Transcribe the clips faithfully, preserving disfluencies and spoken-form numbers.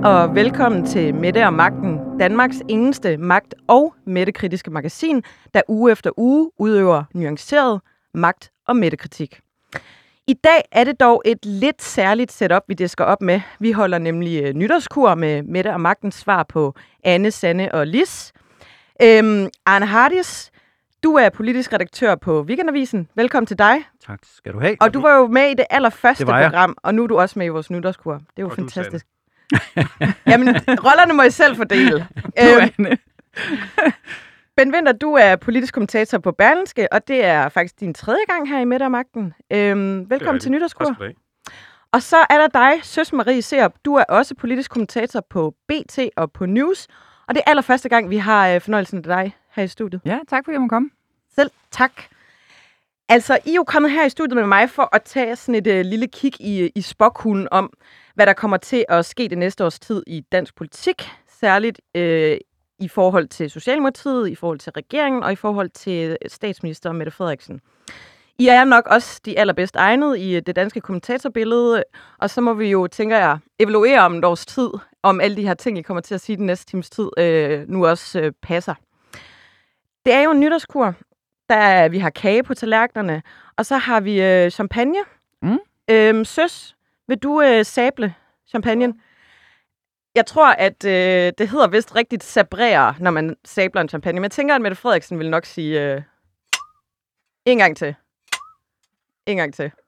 og velkommen til Mette og Magten, Danmarks eneste magt- og mættekritiske magasin, der uge efter uge udøver nuanceret magt- og mættekritik. I dag er det dog et lidt særligt setup, vi disker op med. Vi holder nemlig øh, nytårskur med Mette og Magtens svar på Anne, Sanne og Lis. Øhm, Arne Hardis, du er politisk redaktør på Weekendavisen. Velkommen til dig. Tak skal du have. Og du var jo med i det allerførste det program, og nu er du også med i vores nytårskur. Det er jo og fantastisk. Jamen, rollerne må I selv fordele. øhm, Ben Winther, du er politisk kommentator på Berlingske, og det er faktisk din tredje gang her i Mette og Magten. Øhm, velkommen til nytårskur. Og så er der dig, Søs Marie Serup. Du er også politisk kommentator på B T og på News. Og det er allerførste gang, vi har øh, fornøjelsen af dig her i studiet. Ja, tak fordi jeg må komme. Selv tak. Altså, I er jo kommet her i studiet med mig for at tage sådan et øh, lille kig i, i spokhulen om, hvad der kommer til at ske det næste års tid i dansk politik. Særligt øh, i forhold til Socialdemokratiet, i forhold til regeringen og i forhold til statsminister Mette Frederiksen. I er nok også de allerbedst egnet i det danske kommentatorbillede, og så må vi jo, tænker jeg, evaluere om et års tid, om alle de her ting, I kommer til at sige den næste times tid, øh, nu også øh, passer. Det er jo en nytårskur, der vi har kage på tallerkenerne, og så har vi øh, champagne. Mm. Øhm, Søs, vil du øh, sable champagnen? Jeg tror, at øh, det hedder vist rigtigt sabrere, når man sabler en champagne. Men jeg tænker, at Mette Frederiksen vil nok sige øh, en gang til. En gang til.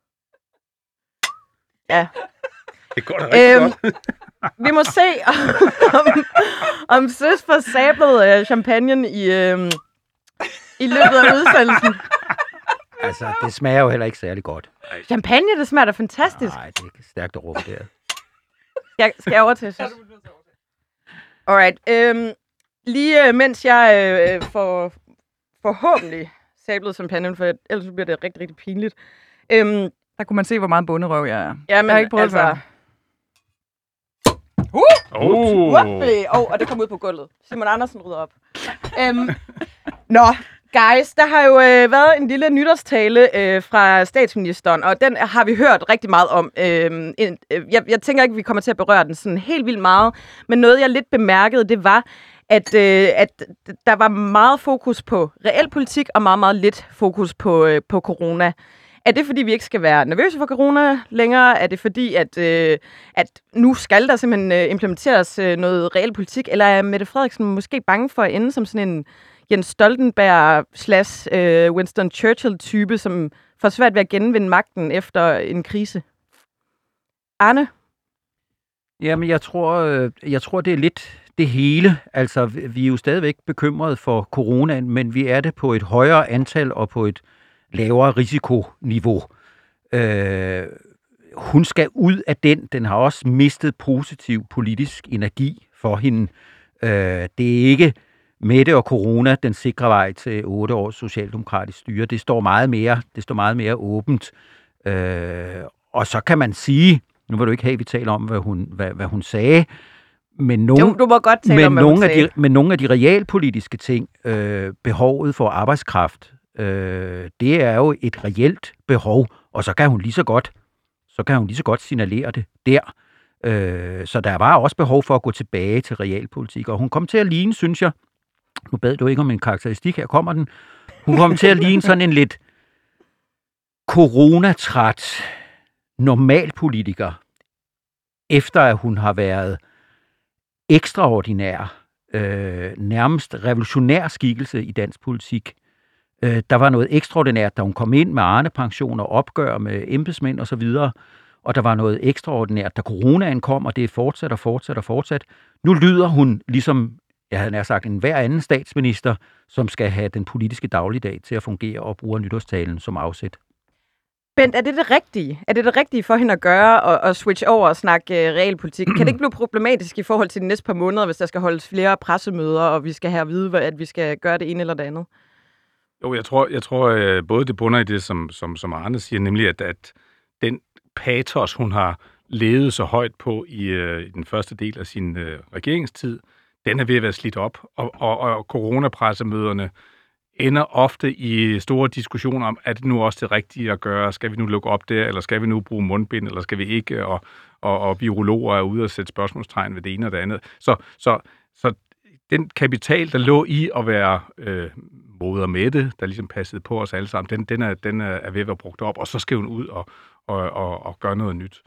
Ja. Det går da rigtig øhm, godt. Vi må se, om, om Søs får sablet øh, champagnen i, øh, i løbet af udsendelsen. Altså, det smager jo heller ikke særlig godt. Champagne, det smager da fantastisk. Nej, det er stærkt overvurderet. Jeg skal jeg over til, Søs? Alright. Øhm, lige øh, mens jeg øh, får forhåbentlig sablet champagne, for ellers bliver det rigtig, rigtig pinligt. Øhm, Der kunne man se, hvor meget bunderøv jeg er. Ja, men jeg har ikke prøvet altså... før. Uh! Oh. Oh, og det kom ud på gulvet. Simon Andersen rydder op. øhm, Nå, guys, der har jo øh, været en lille nytårstale øh, fra statsministeren, og den har vi hørt rigtig meget om. Øh, en, øh, jeg, jeg tænker ikke, vi kommer til at berøre den sådan helt vildt meget, men noget, jeg lidt bemærkede, det var, at, øh, at der var meget fokus på realpolitik og meget, meget lidt fokus på, øh, på corona. Er det, fordi vi ikke skal være nervøse for corona længere? Er det fordi, at, øh, at nu skal der simpelthen øh, implementeres øh, noget realpolitik? Eller er Mette Frederiksen måske bange for at ende som sådan en Jens Stoltenberg slash øh, Winston Churchill-type, som får svært ved at genvinde magten efter en krise? Arne? Jamen, jeg tror, jeg tror, det er lidt det hele. Altså, vi er jo stadigvæk bekymrede for coronaen, men vi er det på et højere antal og på et lavere risikoniveau. Øh, hun skal ud af den. Den har også mistet positiv politisk energi for hende. Øh, det er ikke Mette og corona, den sikre vej til otte års socialdemokratisk styre. Det står meget mere, det står meget mere åbent. Øh, og så kan man sige, nu vil du ikke have, at vi taler om, hvad hun, hvad, hvad hun sagde, men nogle, du, du må godt tale men om, hvad nogle hun af sagde. de, men nogle af de realpolitiske ting, øh, behovet for arbejdskraft, øh, det er jo et reelt behov, og så kan hun lige så godt, så kan hun lige så godt signalere det der. Øh, så der var også behov for at gå tilbage til realpolitik, og hun kom til at ligne, synes jeg, nu bad du ikke om en karakteristik, her kommer den, hun kom til at ligne sådan en lidt coronatræt normalpolitiker, efter at hun har været ekstraordinær, øh, nærmest revolutionær skikkelse i dansk politik. Øh, der var noget ekstraordinært, da hun kom ind med Arne-pension og opgør med embedsmænd osv., og der var noget ekstraordinært, da coronaen kom, og det er fortsat og fortsat og fortsat. Nu lyder hun ligesom, jeg havde nær sagt, en hver anden statsminister, som skal have den politiske dagligdag til at fungere og bruger nytårstalen som afsæt. Bent, er det det rigtige? Er det det rigtige for hende at gøre, og, og switche over og snakke uh, realpolitik? Kan det ikke blive problematisk i forhold til de næste par måneder, hvis der skal holdes flere pressemøder, og vi skal have at vide, at vi skal gøre det ene eller det andet? Jo, jeg tror, jeg tror både det bunder i det, som, som, som Arne siger, nemlig at, at den patos, hun har levet så højt på i, uh, i den første del af sin uh, regeringstid, den er ved at være slidt op, og, og, og coronapressemøderne ender ofte i store diskussioner om, er det nu også det rigtige at gøre? Skal vi nu lukke op der, eller skal vi nu bruge mundbind, eller skal vi ikke? Og, og, og virologer er ude og sætte spørgsmålstegn ved det ene og det andet. Så, så, så den kapital, der lå i at være øh, moder med det, der ligesom passede på os alle sammen, den, den, er, den er ved at være brugt op, og så skal hun ud og, og, og, og gøre noget nyt.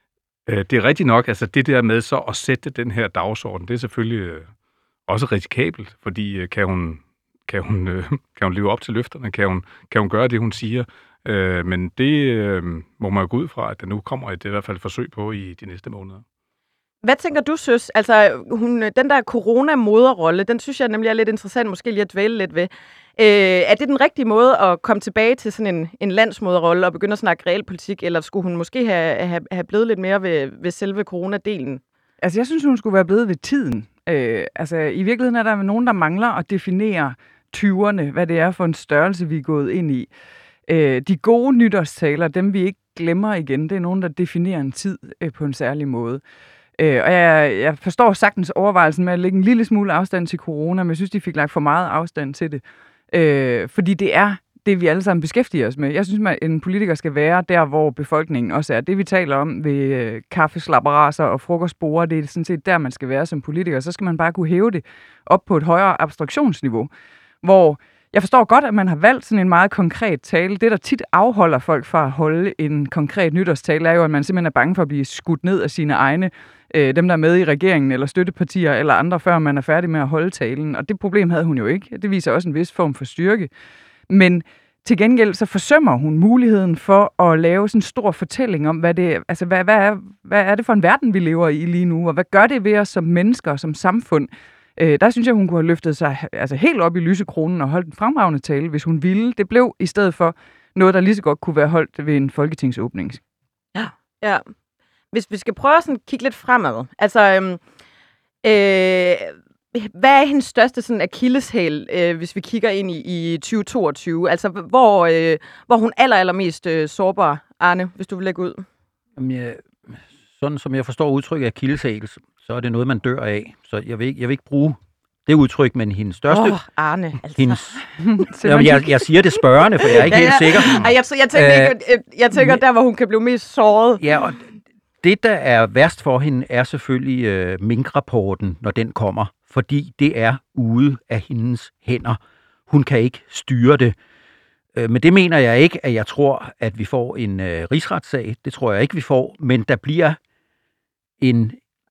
Øh, det er rigtigt nok, altså det der med så at sætte den her dagsorden, det er selvfølgelig øh, også risikabelt, fordi øh, kan hun Kan hun, øh, kan hun leve op til løfterne? Kan hun, kan hun gøre det, hun siger? Øh, men det øh, må man jo gå ud fra, at der nu kommer et, i hvert fald et forsøg på i de næste måneder. Hvad tænker du, Søs? Altså, hun, den der corona-moderrolle, den synes jeg nemlig er lidt interessant, måske lige at dvæle lidt ved. Øh, er det den rigtige måde at komme tilbage til sådan en, en landsmoderrolle og begynde at snakke realpolitik, eller skulle hun måske have, have, have blevet lidt mere ved, ved selve coronadelen? Altså, jeg synes, hun skulle være blevet ved tiden. Øh, altså, i virkeligheden er der nogen, der mangler at definere tyverne, hvad det er for en størrelse, vi er gået ind i. Øh, de gode nytårstaler, dem vi ikke glemmer igen, det er nogen, der definerer en tid øh, på en særlig måde. Øh, og jeg, jeg forstår sagtens overvejelsen med at lægge en lille smule afstand til corona, men jeg synes, de fik lagt for meget afstand til det. Øh, fordi det er det, vi alle sammen beskæftiger os med. Jeg synes, at en politiker skal være der, hvor befolkningen også er. Det, vi taler om ved øh, kaffeslapperaser og frokostborde, det er sådan set der, man skal være som politiker. Så skal man bare kunne hæve det op på et højere abstraktionsniveau, hvor jeg forstår godt, at man har valgt sådan en meget konkret tale. Det, der tit afholder folk fra at holde en konkret nytårstale, er jo, at man simpelthen er bange for at blive skudt ned af sine egne, øh, dem der er med i regeringen, eller støttepartier, eller andre, før man er færdig med at holde talen. Og det problem havde hun jo ikke. Det viser også en vis form for styrke. Men til gengæld så forsømmer hun muligheden for at lave sådan en stor fortælling om, hvad det, altså hvad, hvad, er, hvad er det for en verden, vi lever i lige nu, og hvad gør det ved os som mennesker, som samfund. Øh, der synes jeg, hun kunne have løftet sig altså helt op i lysekronen og holdt en fremragende tale, hvis hun ville. Det blev i stedet for noget, der lige så godt kunne være holdt ved en folketingsåbning. Ja, ja. Hvis vi skal prøve at sådan kigge lidt fremad, altså øhm, øh, hvad er hendes største sådan akilleshæl, øh, hvis vi kigger ind i, i tyve toogtyve? Altså hvor, øh, hvor hun aller, allermest øh, sårbar, Arne, hvis du vil lægge ud? Jamen, jeg, sådan som jeg forstår udtrykket akilleshæl, så er det noget, man dør af. Så jeg vil ikke, jeg vil ikke bruge det udtryk, men hendes største... Åh, oh, Arne, altså. Hendes, jamen, jeg, jeg siger det spørgende, for jeg er ikke ja, ja. helt sikker. Ej, jeg, jeg tænker, øh, jeg, jeg tænker der, hvor hun kan blive mest såret. Ja, og det, der er værst for hende, er selvfølgelig øh, Mink-rapporten, når den kommer. Fordi det er ude af hendes hænder. Hun kan ikke styre det. Øh, men det mener jeg ikke, at jeg tror, at vi får en øh, rigsretssag. Det tror jeg ikke, vi får. Men der bliver en,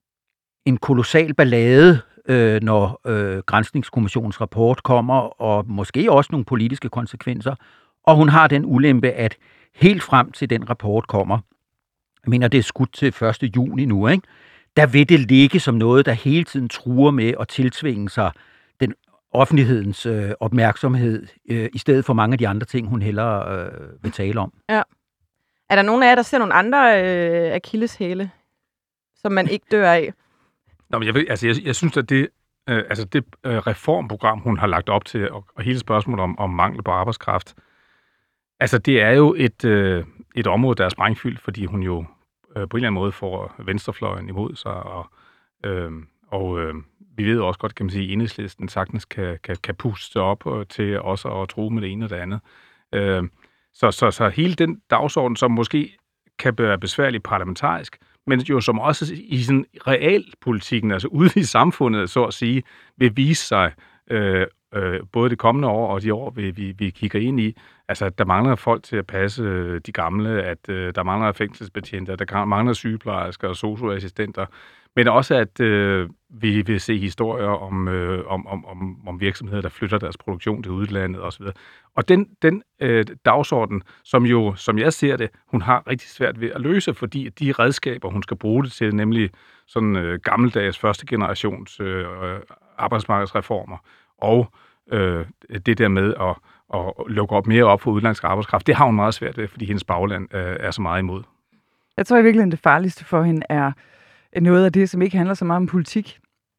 en kolossal ballade, øh, når øh, Granskningskommissionens rapport kommer, og måske også nogle politiske konsekvenser. Og hun har den ulempe, at helt frem til den rapport kommer, jeg mener, det er skudt til første juni nu, ikke? Der vil det ligge som noget, der hele tiden truer med at tiltvinge sig den offentlighedens øh, opmærksomhed, øh, i stedet for mange af de andre ting, hun hellere øh, vil tale om. Ja. Er der nogen af jer, der ser nogle andre øh, akilleshæle, som man ikke dør af? Nå, men jeg, ved, altså, jeg, jeg synes, at det, øh, altså det øh, reformprogram, hun har lagt op til, og, og hele spørgsmålet om, om mangel på arbejdskraft, altså det er jo et, øh, et område, der er sprængfyldt, fordi hun jo på en eller anden måde får venstrefløjen imod sig, og, øh, og øh, vi ved også godt, kan man sige, at Enhedslisten sagtens kan, kan, kan puste op til også at true med det ene og det andet. Øh, så, så, så hele den dagsorden, som måske kan være besværlig parlamentarisk, men jo som også i sådan realpolitikken, altså ude i samfundet, så at sige, vil vise sig øh, øh, både det kommende år og de år, vi, vi, vi kigger ind i. Altså, der mangler folk til at passe øh, de gamle, at øh, der mangler fængselsbetjente, der mangler sygeplejersker og socioassistenter, men også, at øh, vi vil se historier om, øh, om, om, om, om virksomheder, der flytter deres produktion til udlandet osv. Og den, den øh, dagsorden, som jo, som jeg ser det, hun har rigtig svært ved at løse, fordi de redskaber, hun skal bruge det til, nemlig sådan øh, gammeldags første generations øh, arbejdsmarkedsreformer, og øh, det der med at, at lukke op mere op for udenlandsk arbejdskraft, det har hun meget svært ved, fordi hendes bagland øh, er så meget imod. Jeg tror i virkeligheden, det farligste for hende er noget af det, som ikke handler så meget om politik.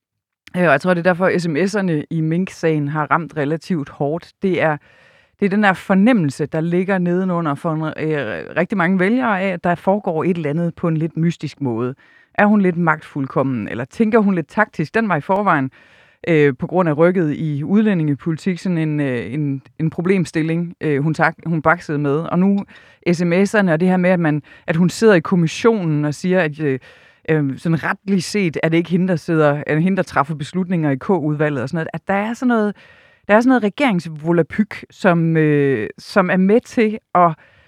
Og jeg tror, det er derfor, at sms'erne i Mink-sagen har ramt relativt hårdt. Det er, det er den der fornemmelse, der ligger nedenunder for en, øh, rigtig mange vælgere af, at der foregår et eller andet på en lidt mystisk måde. Er hun lidt magtfuldkommen, eller tænker hun lidt taktisk? Den var i forvejen øh, på grund af rykket i udlændingepolitik, sådan en, øh, en, en problemstilling, øh, hun, tak, hun baksede med. Og nu sms'erne og det her med, at, man, at hun sidder i kommissionen og siger, at øh, øh, sådan retligt set er det ikke hende, der sidder, er hende, der træffer beslutninger i K-udvalget og sådan noget. At der er sådan noget, der er sådan noget regeringsvolapyk, som, øh, som er med til at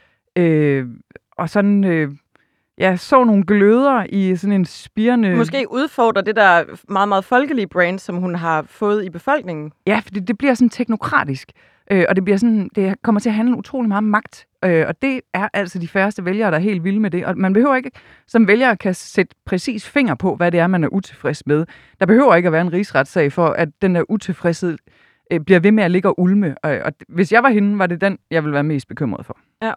øh, og sådan... Øh, Jeg så nogle gløder i sådan en spirende... Måske udfordrer det der meget, meget folkelige brand, som hun har fået i befolkningen. Ja, for det, det bliver sådan teknokratisk, øh, og det bliver sådan, det kommer til at handle utrolig meget om magt, øh, og det er altså de færreste vælgere, der er helt vilde med det, og man behøver ikke, som vælger, kan sætte præcis finger på, hvad det er, man er utilfreds med. Der behøver ikke at være en rigsretssag for, at den der utilfredshed øh, bliver ved med at ligge og ulme, og, og hvis jeg var hende, var det den, jeg ville være mest bekymret for. Ja.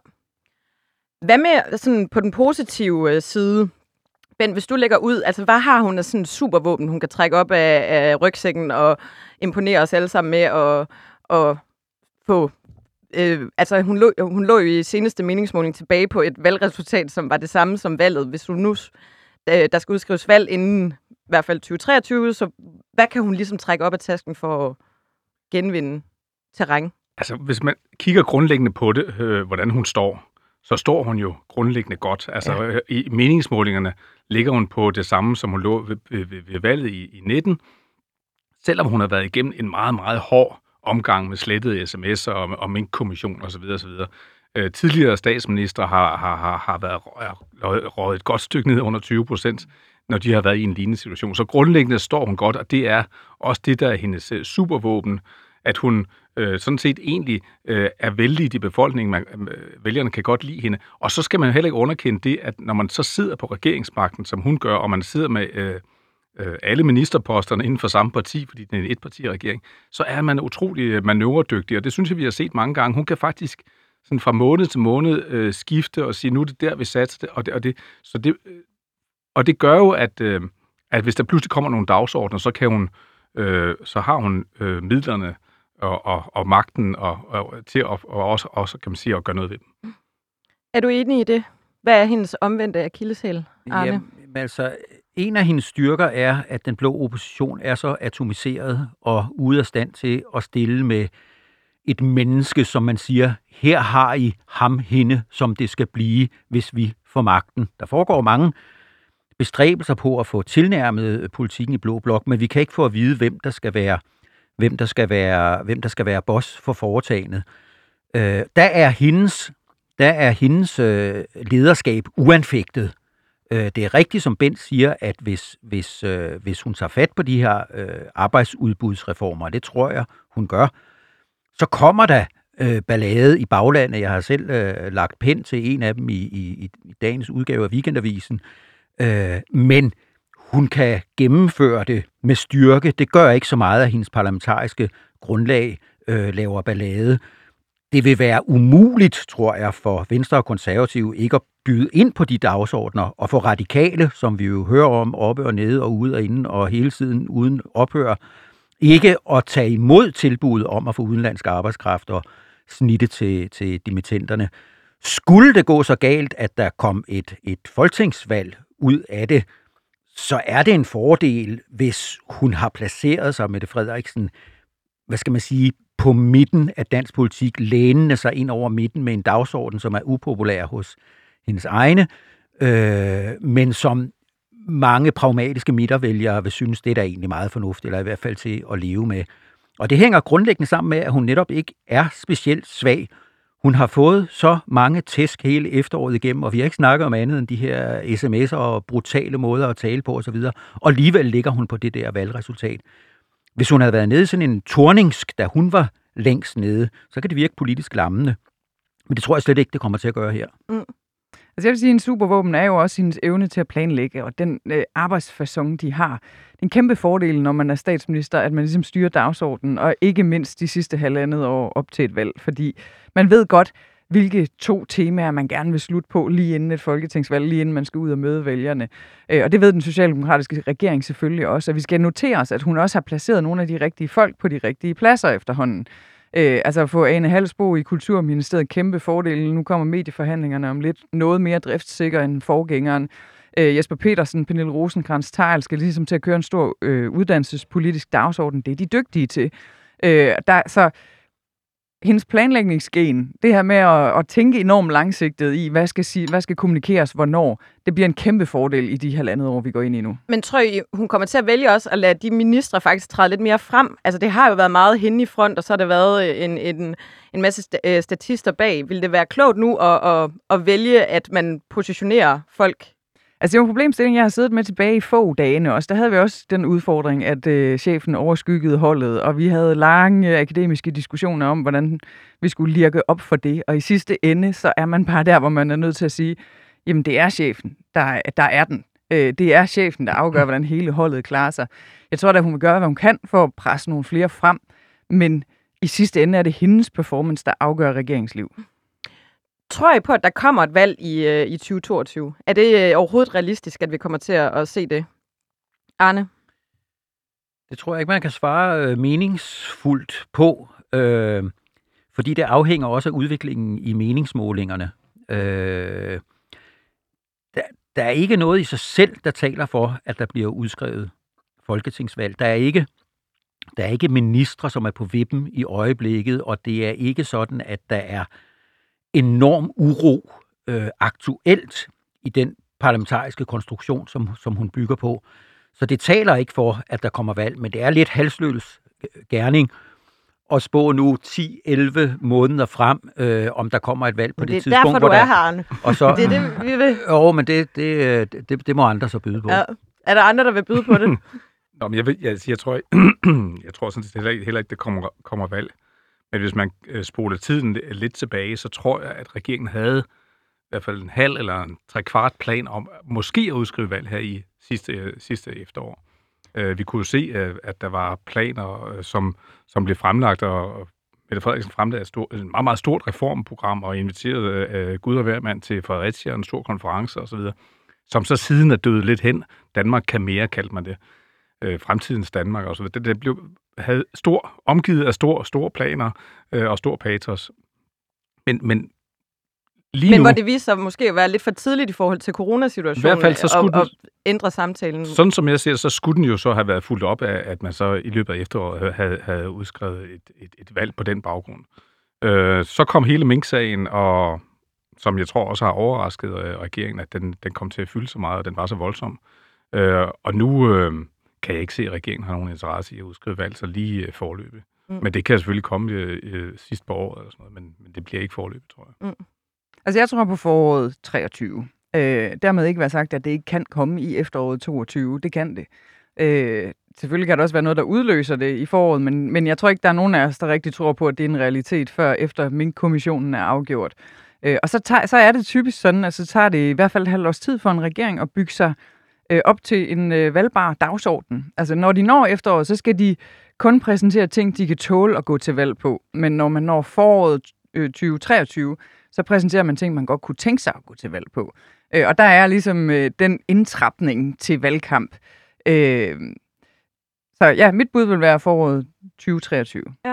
Hvad med sådan på den positive øh, side? Ben, hvis du lægger ud, altså hvad har hun af sådan en supervåben, hun kan trække op af, af rygsækken og imponere os alle sammen med og, og få... Øh, altså hun lå, hun lå jo i seneste meningsmåling tilbage på et valgresultat, som var det samme som valget. Hvis hun nu, øh, der skal udskrives valg inden i hvert fald tyve treogtyve, så hvad kan hun ligesom trække op af tasken for at genvinde terræn? Altså hvis man kigger grundlæggende på det, øh, hvordan hun står, så står hun jo grundlæggende godt. Altså ja. I meningsmålingerne ligger hun på det samme, som hun lå ved, ved, ved valget i, i nitten. Selvom hun har været igennem en meget, meget hård omgang med slettede sms'er og, og minkkommission osv. osv. Øh, tidligere statsminister har, har, har, har været røget et godt stykke ned under tyve procent, når de har været i en lignende situation. Så grundlæggende står hun godt, og det er også det, der er hendes supervåben, at hun øh, sådan set egentlig øh, er vældig i befolkningen. Man, øh, vælgerne kan godt lide hende. Og så skal man heller ikke underkende det, at når man så sidder på regeringsmagten, som hun gør, og man sidder med øh, øh, alle ministerposterne inden for samme parti, fordi det er en etpartiregering, så er man utrolig manøvredygtig, og det synes jeg, vi har set mange gange. Hun kan faktisk sådan fra måned til måned øh, skifte og sige, nu er det der, vi satser det, og det, og det, så det, øh, og det gør jo, at, øh, at hvis der pludselig kommer nogle dagsordner, så kan hun, øh, så har hun øh, midlerne Og, og, og magten og, og til at og også, også, kan man sige, at gøre noget ved dem. Er du enig i det? Hvad er hendes omvendte akilleshæl, Arne? Jamen, altså, en af hendes styrker er, at den blå opposition er så atomiseret og ude af stand til at stille med et menneske, som man siger, her har I ham, hende, som det skal blive, hvis vi får magten. Der foregår mange bestræbelser på at få tilnærmet politikken i blå blok, men vi kan ikke få at vide, hvem der skal være hvem der skal være, hvem der skal være boss for foretagendet. Øh, der er hendes, der er hendes øh, lederskab uanfægtet. Øh, det er rigtigt, som Bent siger, at hvis, hvis, øh, hvis hun tager fat på de her øh, arbejdsudbudsreformer, og det tror jeg, hun gør, så kommer der øh, ballade i baglandet. Jeg har selv øh, lagt pen til en af dem i, i, i dagens udgave af Weekendavisen. Øh, men hun kan gennemføre det med styrke. Det gør ikke så meget, at hendes parlamentariske grundlag øh, laver ballade. Det vil være umuligt, tror jeg, for Venstre og Konservative ikke at byde ind på de dagsordner, og for radikale, som vi jo hører om oppe og nede og ude og inde og hele tiden uden ophør, ikke at tage imod tilbuddet om at få udenlandsk arbejdskraft og snitte til, til dimittenterne. Skulle det gå så galt, at der kom et, et folketingsvalg ud af det, så er det en fordel, hvis hun har placeret sig, Mette Frederiksen, hvad skal man sige, på midten af dansk politik, lænende sig ind over midten med en dagsorden, som er upopulær hos hendes egne, øh, men som mange pragmatiske midtervælgere vil synes, det er da egentlig meget fornuftigt, eller i hvert fald til at leve med. Og det hænger grundlæggende sammen med, at hun netop ikke er specielt svag. Hun har fået så mange tæsk hele efteråret igennem, og vi har ikke snakket om andet end de her sms'er og brutale måder at tale på osv., og alligevel ligger hun på det der valgresultat. Hvis hun havde været nede i sådan en Thorningsk, da hun var længst nede, så kan det virke politisk lammende. Men det tror jeg slet ikke, det kommer til at gøre her. Mm. Altså jeg vil sige, at en supervåben er jo også hendes evne til at planlægge, og den øh, arbejdsfacon, de har. Det er en kæmpe fordel, når man er statsminister, at man ligesom styrer dagsordenen, og ikke mindst de sidste halvandet år op til et valg, fordi man ved godt, hvilke to temaer man gerne vil slutte på lige inden et folketingsvalg, lige inden man skal ud og møde vælgerne. Øh, og det ved den socialdemokratiske regering selvfølgelig også, og vi skal notere os, at hun også har placeret nogle af de rigtige folk på de rigtige pladser efterhånden. Øh, altså at få Ane Halsbo i Kulturministeriet kæmpe fordel. Nu kommer medieforhandlingerne om lidt noget mere driftssikker end forgængeren. Øh, Jesper Petersen, Pernille Rosenkrantz-Theil skal ligesom til at køre en stor øh, uddannelsespolitisk dagsorden. Det er de dygtige til. Øh, der, så hendes planlægningsgen, det her med at, at tænke enormt langsigtet i, hvad skal, sige, hvad skal kommunikeres, hvornår, det bliver en kæmpe fordel i de halvandet år, vi går ind i nu. Men tror I, hun kommer til at vælge også at lade de ministre faktisk træde lidt mere frem? Altså det har jo været meget hende i front, og så har der været en, en, en masse statister bag. Vil det være klogt nu at, at, at vælge, at man positionerer folk? Altså det er jo en problemstilling, jeg har siddet med tilbage i få dagene også. Der havde vi også den udfordring, at øh, chefen overskyggede holdet, og vi havde lange akademiske diskussioner om, hvordan vi skulle lirke op for det. Og i sidste ende, så er man bare der, hvor man er nødt til at sige, jamen det er chefen, der, der er den. Øh, det er chefen, der afgør, hvordan hele holdet klarer sig. Jeg tror da, hun vil gøre, hvad hun kan for at presse nogle flere frem, men i sidste ende er det hendes performance, der afgør regeringsliv. Tror I på, at der kommer et valg i, øh, i tyve toogtyve? Er det øh, overhovedet realistisk, at vi kommer til at, at se det? Arne? Det tror jeg ikke, man kan svare øh, meningsfuldt på, øh, fordi det afhænger også af udviklingen i meningsmålingerne. Øh, der, der er ikke noget i sig selv, der taler for, at der bliver udskrevet folketingsvalg. Der er ikke, der er ikke ministre, som er på vippen i øjeblikket, og det er ikke sådan, at der er enorm uro øh, aktuelt i den parlamentariske konstruktion, som, som hun bygger på. Så det taler ikke for, at der kommer valg, men det er lidt halsløs gerning at spå nu ti elleve måneder frem, øh, om der kommer et valg på det, det tidspunkt. Det er derfor, du er her, Arne. Og så, det er det, vi vil. Jo, men det, det, det, det må andre så byde på. Ja. Er der andre, der vil byde på det? Nå, men jeg, ved, jeg, jeg, tror, jeg tror sådan set heller ikke, heller ikke, det kommer, kommer valg. Men hvis man øh, spoler tiden lidt tilbage, så tror jeg, at regeringen havde i hvert fald en halv eller en trekvart plan om måske at udskrive valg her i sidste, øh, sidste efterår. Øh, vi kunne jo se, øh, at der var planer, øh, som, som blev fremlagt, og Mette Frederiksen fremlagde et, stort, et meget, meget stort reformprogram og inviterede øh, Gud og hvermand til Fredericia, en stor konference osv., som så siden er døde lidt hen. Danmark kan mere, kaldte man det. Øh, fremtidens Danmark og så videre. Det, det blev havde stor, omgivet af store, store planer øh, og stor patos. Men, men lige Men nu... hvor det viser sig måske at være lidt for tidligt i forhold til coronasituationen, I hvert fald så skulle og, den, og ændre samtalen. Sådan som jeg ser så skulle den jo så have været fuldt op af, at man så i løbet af efteråret havde, havde udskrevet et, et, et valg på den baggrund. Øh, så kom hele Mink-sagen, og som jeg tror også har overrasket øh, regeringen, at den, den kom til at fylde så meget, og den var så voldsom. Øh, og nu... Øh, kan jeg ikke se, at regeringen har nogen interesse i at udskrive valg, så lige øh, forløbet. Mm. Men det kan selvfølgelig komme øh, øh, sidst på året, eller sådan noget, men, men det bliver ikke forløbet, tror jeg. Mm. Altså, jeg tror på foråret treogtyve. Øh, dermed ikke være sagt, at det ikke kan komme i efteråret toogtyve. Det kan det. Øh, selvfølgelig kan det også være noget, der udløser det i foråret, men, men jeg tror ikke, der er nogen af os, der rigtig tror på, at det er en realitet, før efter Mink-kommissionen er afgjort. Øh, og så, tager, så er det typisk sådan, at så tager det i hvert fald et halvt års tid for en regering at bygge sig op til en øh, valgbar dagsorden. Altså, når de når efteråret, så skal de kun præsentere ting, de kan tåle at gå til valg på. Men når man når foråret øh, tyve treogtyve, så præsenterer man ting, man godt kunne tænke sig at gå til valg på. Øh, og der er ligesom øh, den indtrapning til valgkamp. Øh, så ja, mit bud vil være foråret tyve treogtyve. Ja.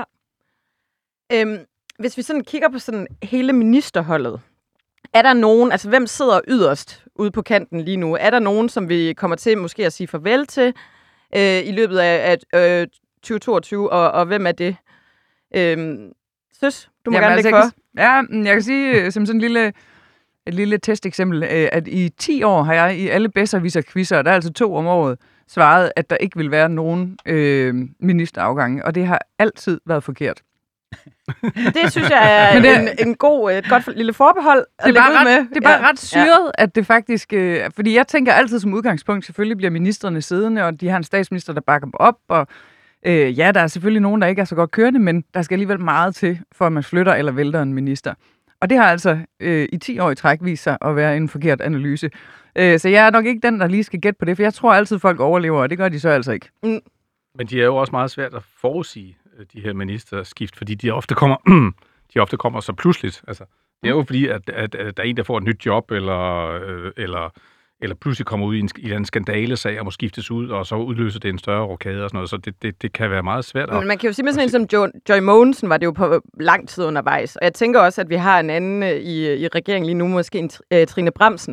Øhm, hvis vi sådan kigger på sådan hele ministerholdet, er der nogen, altså hvem sidder yderst ude på kanten lige nu? Er der nogen, som vi kommer til måske at sige farvel til øh, i løbet af, af øh, tyve toogtyve, og, og hvem er det? Øhm, Søs, du må Jamen, gerne lægge altså, for. Jeg kan, ja, jeg kan sige som sådan en lille, et lille testeksempel, øh, at i ti år har jeg i alle bedserviser-quizzer, der er altså to om året, svaret, at der ikke vil være nogen øh, ministerafgange, og det har altid været forkert. Det synes jeg er det, en, en god, et godt lille forbehold at det er lægge ud ret, med. Det er bare ja. ret syret, ja. At det faktisk... Øh, fordi jeg tænker altid som udgangspunkt, selvfølgelig bliver ministerne siddende, og de har en statsminister, der bakker dem op, og øh, ja, der er selvfølgelig nogen, der ikke er så godt kørende, men der skal alligevel meget til, for at man flytter eller vælter en minister. Og det har altså øh, i ti år i træk vist sig at være en forkert analyse. Øh, så jeg er nok ikke den, der lige skal gætte på det, for jeg tror altid, folk overlever, og det gør de så altså ikke. Mm. Men de er jo også meget svært at forudsige, de her ministerskift, fordi de ofte kommer, de ofte kommer så pludseligt. Altså, det er jo fordi, at, at, at der er en, der får et nyt job, eller, øh, eller, eller pludselig kommer ud i en, i en skandalesag og må skiftes ud, og så udløser det en større rokade og sådan noget. Så det, det, det kan være meget svært. Men man kan jo sige med sådan en som jo, Joy Mogensen var det jo på lang tid undervejs. Og jeg tænker også, at vi har en anden i, i regeringen lige nu, måske en uh, Trine Bramsen,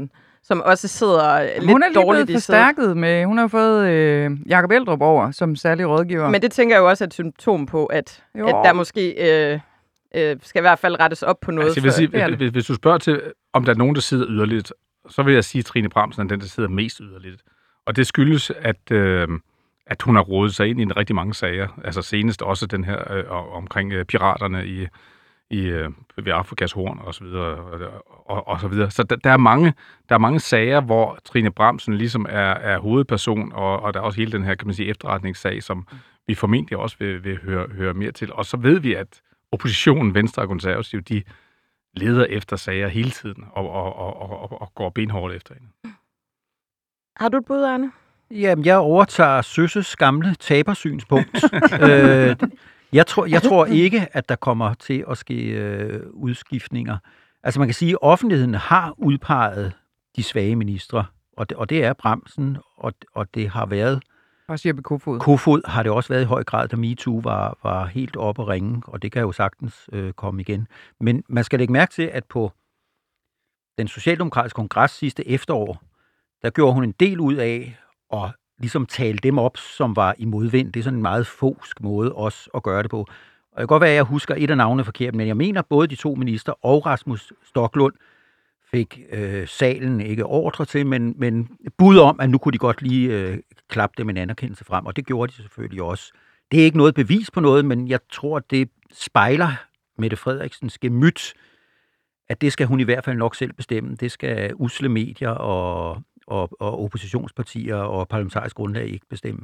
som også sidder lidt Hun er lige dårligt blevet i sædet. forstærket med, hun har fået øh, Jakob Eldrup over som særlig rådgiver. Men det tænker jeg jo også er et symptom på, at, Jo. at der måske øh, øh, skal i hvert fald rettes op på noget. Altså, jeg vil for- sige, det er det. hvis, hvis du spørger til, om der er nogen, der sidder yderligt, så vil jeg sige, at Trine Bramsen er den, der sidder mest yderligt. Og det skyldes, at, øh, at hun har rodet sig ind i en rigtig mange sager. Altså senest også den her øh, omkring øh, piraterne i, i øh, ved Afrikas Horn og så videre. Og, og, og så videre. Så der, der, er mange, der er mange sager, hvor Trine Bramsen ligesom er, er hovedperson, og, og der er også hele den her, kan man sige, efterretningssag, som vi formentlig også vil, vil høre, høre mere til. Og så ved vi, at oppositionen, Venstre og Konservative, de leder efter sager hele tiden og, og, og, og, og går benhårdt efter hende. Har du et bud, Arne? Jamen, jeg overtager Søsses gamle tabersynspunkt. øh, jeg, tror, jeg tror ikke, at der kommer til at ske øh, udskiftninger. Altså man kan sige, at offentligheden har udpeget de svage ministre, og det, og det er Bramsen, og, og det har været Også Jeppe Kofod. Kofod har det også været i høj grad, da MeToo var, var helt oppe at ringe, og det kan jo sagtens øh, komme igen. Men man skal lægge mærke til, at på den socialdemokratiske kongres sidste efterår, der gjorde hun en del ud af at ligesom tale dem op, som var i modvind. Det er sådan en meget fosk måde også at gøre det på. Og det kan godt være, at jeg husker et af navnene forkert, men jeg mener, både de to minister og Rasmus Stoklund fik øh, salen ikke ordre til, men, men bud om, at nu kunne de godt lige øh, klappe dem en anerkendelse frem, og det gjorde de selvfølgelig også. Det er ikke noget bevis på noget, men jeg tror, det spejler Mette Frederiksens gemyt, at det skal hun i hvert fald nok selv bestemme. Det skal usle medier og, og, og oppositionspartier og parlamentarisk grundlag ikke bestemme.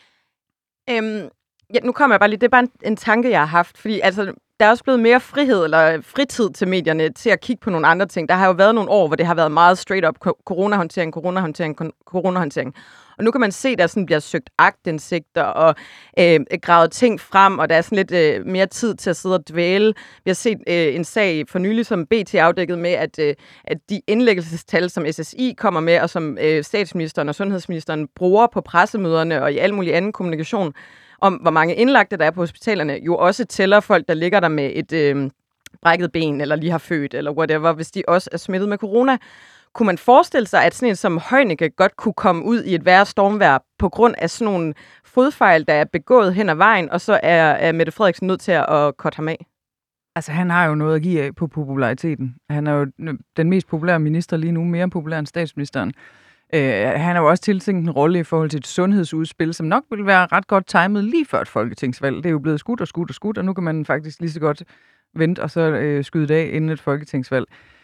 Øhm, ja, nu kommer jeg bare lige, det er bare en, en tanke, jeg har haft, fordi altså, der er også blevet mere frihed eller fritid til medierne til at kigge på nogle andre ting. Der har jo været nogle år, hvor det har været meget straight up coronahåndtering, coronahåndtering, coronahåndtering. Og nu kan man se, at der sådan bliver søgt aktindsigter og øh, gravet ting frem, og der er sådan lidt øh, mere tid til at sidde og dvæle. Vi har set øh, en sag for nylig, som B T afdækket med, at, øh, at de indlæggelsestal, som S S I kommer med, og som øh, statsministeren og sundhedsministeren bruger på pressemøderne og i al mulig anden kommunikation, om hvor mange indlagte der er på hospitalerne, jo også tæller folk, der ligger der med et øh, brækket ben, eller lige har født, eller whatever, hvis de også er smittet med corona. Kunne man forestille sig, at sådan en som Heunicke godt kunne komme ud i et værre stormvejr på grund af sådan nogle fodfejl, der er begået hen ad vejen, og så er, er Mette Frederiksen nødt til at, at korte ham af? Altså, han har jo noget at give af på populariteten. Han er jo den mest populære minister lige nu, mere populær end statsministeren. Uh, han har jo også tiltænkt en rolle i forhold til et sundhedsudspil, som nok vil være ret godt timet lige før et folketingsvalg. Det er jo blevet skudt og skudt og skudt, og nu kan man faktisk lige så godt vente og så uh, skyde det af inden et folketingsvalg.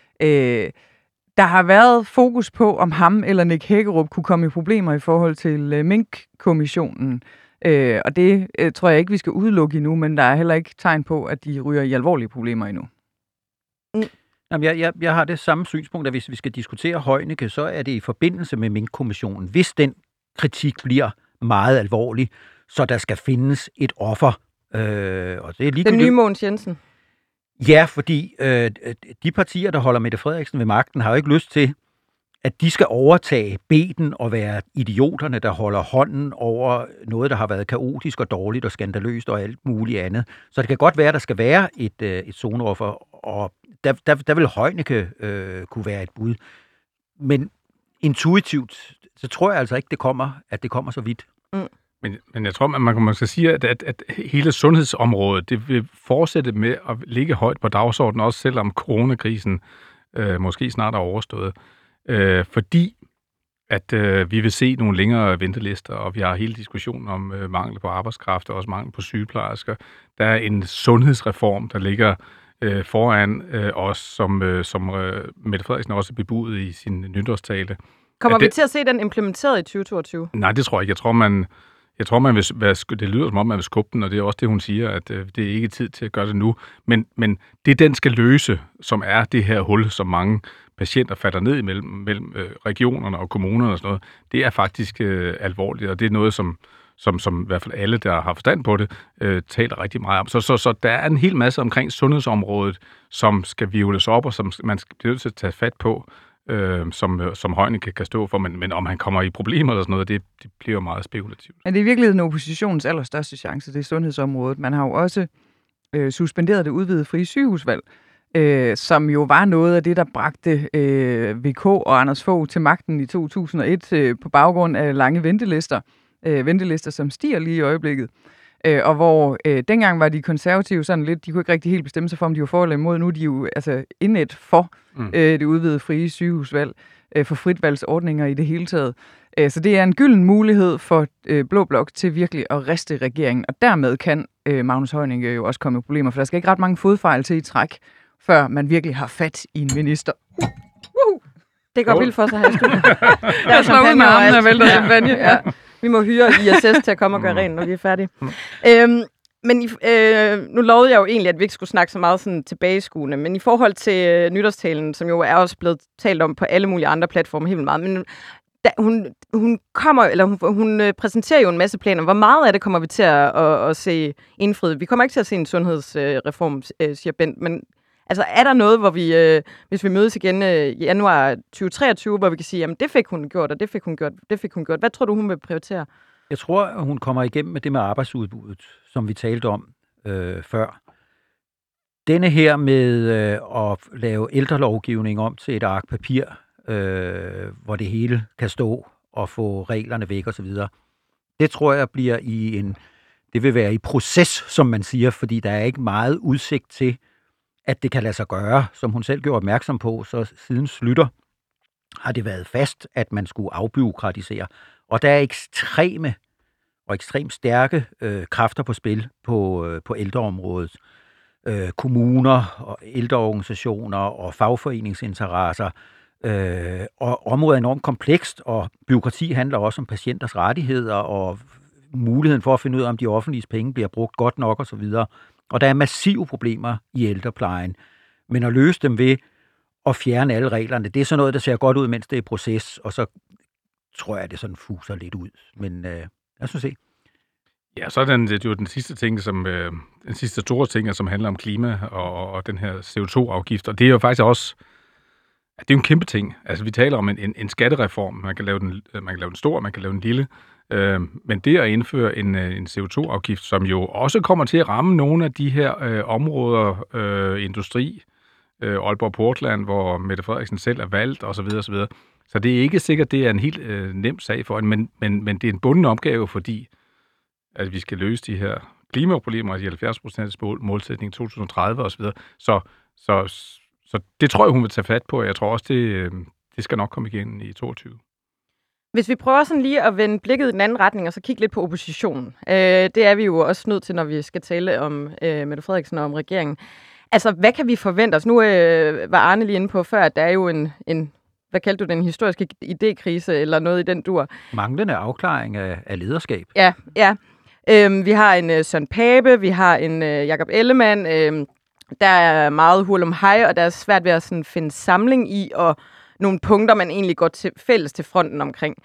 Uh, Der har været fokus på, om ham eller Nick Hækkerup kunne komme i problemer i forhold til øh, Mink-kommissionen. Øh, og det øh, tror jeg ikke, vi skal udelukke endnu, men der er heller ikke tegn på, at de ryger i alvorlige problemer endnu. Mm. Jamen, jeg, jeg, jeg har det samme synspunkt, at hvis vi skal diskutere Heunicke, så er det i forbindelse med Mink-kommissionen. Hvis den kritik bliver meget alvorlig, så der skal findes et offer. Øh, og det er Den nye Mogens Jensen. Ja, fordi øh, de partier, der holder Mette Frederiksen ved magten, har jo ikke lyst til, at de skal overtage beten og være idioterne, der holder hånden over noget, der har været kaotisk og dårligt og skandaløst og alt muligt andet. Så det kan godt være, at der skal være et, øh, et zoneoffer, og der, der, der vil Heunicke øh, kunne være et bud. Men intuitivt, så tror jeg altså ikke, det kommer, at det kommer så vidt. Mm. Men, men jeg tror, at man, man skal sige, at, at, at hele sundhedsområdet, det vil fortsætte med at ligge højt på dagsordenen, også selvom coronakrisen øh, måske snart er overstået. Øh, fordi at øh, vi vil se nogle længere ventelister, og vi har hele diskussionen om øh, mangel på arbejdskraft og også mangel på sygeplejersker. Der er en sundhedsreform, der ligger øh, foran øh, os, som, øh, som øh, Mette Frederiksen også bebudet i sin nytårstale. Kommer det, vi til at se den implementeret i tyve toogtyve? Nej, det tror jeg ikke. Jeg tror, man... Jeg tror, man vil være, det lyder som om, man vil skubbe den, og det er også det, hun siger, at øh, det er ikke tid til at gøre det nu. Men, men det, den skal løse, som er det her hul, som mange patienter falder ned imellem mellem, øh, regionerne og kommunerne og sådan noget, det er faktisk øh, alvorligt, og det er noget, som, som, som i hvert fald alle, der har forstand på det, øh, taler rigtig meget om. Så, så, så der er en hel masse omkring sundhedsområdet, som skal vivles op, og som man skal blive nødt til at tage fat på, Øh, som, som Heunicke kan stå for, men, men om han kommer i problemer eller sådan noget, det, det bliver meget spekulativt. Men det er i virkeligheden oppositionens allerstørste chance, det er sundhedsområdet. Man har jo også øh, suspenderet det udvidede frie sygehusvalg, øh, som jo var noget af det, der bragte øh, V K og Anders Fogh til magten i to tusind og et øh, på baggrund af lange ventelister. Øh, ventelister, som stiger lige i øjeblikket. Øh, og hvor øh, dengang var de konservative sådan lidt, de kunne ikke rigtig helt bestemme sig for, om de var for eller imod. Nu er de jo altså indet for mm. øh, det udvidede frie sygehusvalg, øh, for fritvalgsordninger i det hele taget. Øh, så det er en gylden mulighed for øh, Blå Blok til virkelig at riste regeringen, og dermed kan øh, Magnus Heunicke jo også komme i problemer, for der skal ikke ret mange fodfejl til i træk, før man virkelig har fat i en minister. Uh, det går oh. vildt for sig her i studiet. Jeg slår ud med armen og vælter champagne. Ja. Vi må hyre I S S til at komme og gøre rent, når vi er færdige. Mm. Øhm, men I, øh, nu lovede jeg jo egentlig, at vi ikke skulle snakke så meget sådan tilbageskuende, men i forhold til øh, nytårstalen, som jo er også blevet talt om på alle mulige andre platforme helt meget, men da, hun, hun kommer, eller hun, hun øh, præsenterer jo en masse planer. Hvor meget af det kommer vi til at, at, at se indfriet? Vi kommer ikke til at se en sundhedsreform, øh, siger Bent, men altså, er der noget, hvor vi, øh, hvis vi mødes igen øh, i januar tyve treogtyve, hvor vi kan sige, jamen det fik hun gjort, og det fik hun gjort, det fik hun gjort. Hvad tror du, hun vil prioritere? Jeg tror, hun kommer igennem med det med arbejdsudbuddet, som vi talte om øh, før. Denne her med øh, at lave ældrelovgivning om til et ark papir, øh, hvor det hele kan stå og få reglerne væk osv., det tror jeg bliver i en, det vil være i proces, som man siger, fordi der er ikke meget udsigt til, at det kan lade sig gøre, som hun selv gjorde opmærksom på, så siden Slytter har det været fast, at man skulle afbureaukratisere. Og der er ekstreme og ekstremt stærke øh, kræfter på spil på, øh, på ældreområdet. Øh, kommuner og ældreorganisationer og fagforeningsinteresser. Øh, og området er enormt komplekst, og bureaukrati handler også om patienters rettigheder og muligheden for at finde ud af, om de offentlige penge bliver brugt godt nok osv. Og der er massive problemer i ældreplejen. Men at løse dem ved at fjerne alle reglerne, det er sådan noget, der ser godt ud, mens det er i proces, og så tror jeg, det sådan fuser lidt ud. Men øh, lad os se. Ja, så er den, det er jo den sidste ting, som, øh, den sidste store ting, som handler om klima og, og den her C O to afgift. Og det er jo faktisk også, det er jo en kæmpe ting. Altså, vi taler om en, en, en skattereform. Man kan lave den, man kan lave den stor, man kan lave den lille. Øh, men det at indføre en, en C O to afgift, som jo også kommer til at ramme nogle af de her øh, områder, øh, industri, øh, Aalborg Portland, hvor Mette Frederiksen selv er valgt, osv. osv. Så det er ikke sikkert, det er en helt øh, nem sag for hende, men, men, men det er en bunden opgave, fordi at vi skal løse de her klimaproblemer, de halvfjerds procent målsætning to tusind og tredive osv. Så, så, så det tror jeg, hun vil tage fat på, og jeg tror også, det, det skal nok komme igen i toogtyve. Hvis vi prøver sådan lige at vende blikket i den anden retning, og så kigge lidt på oppositionen. Øh, det er vi jo også nødt til, når vi skal tale om øh, Mette Frederiksen og om regeringen. Altså, hvad kan vi forvente os? Nu øh, var Arne lige inde på før, at der er jo en, en hvad kaldte du den, historiske idékrise, eller noget i den dur. Manglende afklaring af, af lederskab. Ja, ja. Øhm, vi har en øh, Søren Pape, vi har en øh, Jakob Ellemann. Øh, der er meget hul om hej, og der er svært ved at sådan, finde samling i, og nogle punkter, man egentlig går til, fælles til fronten omkring.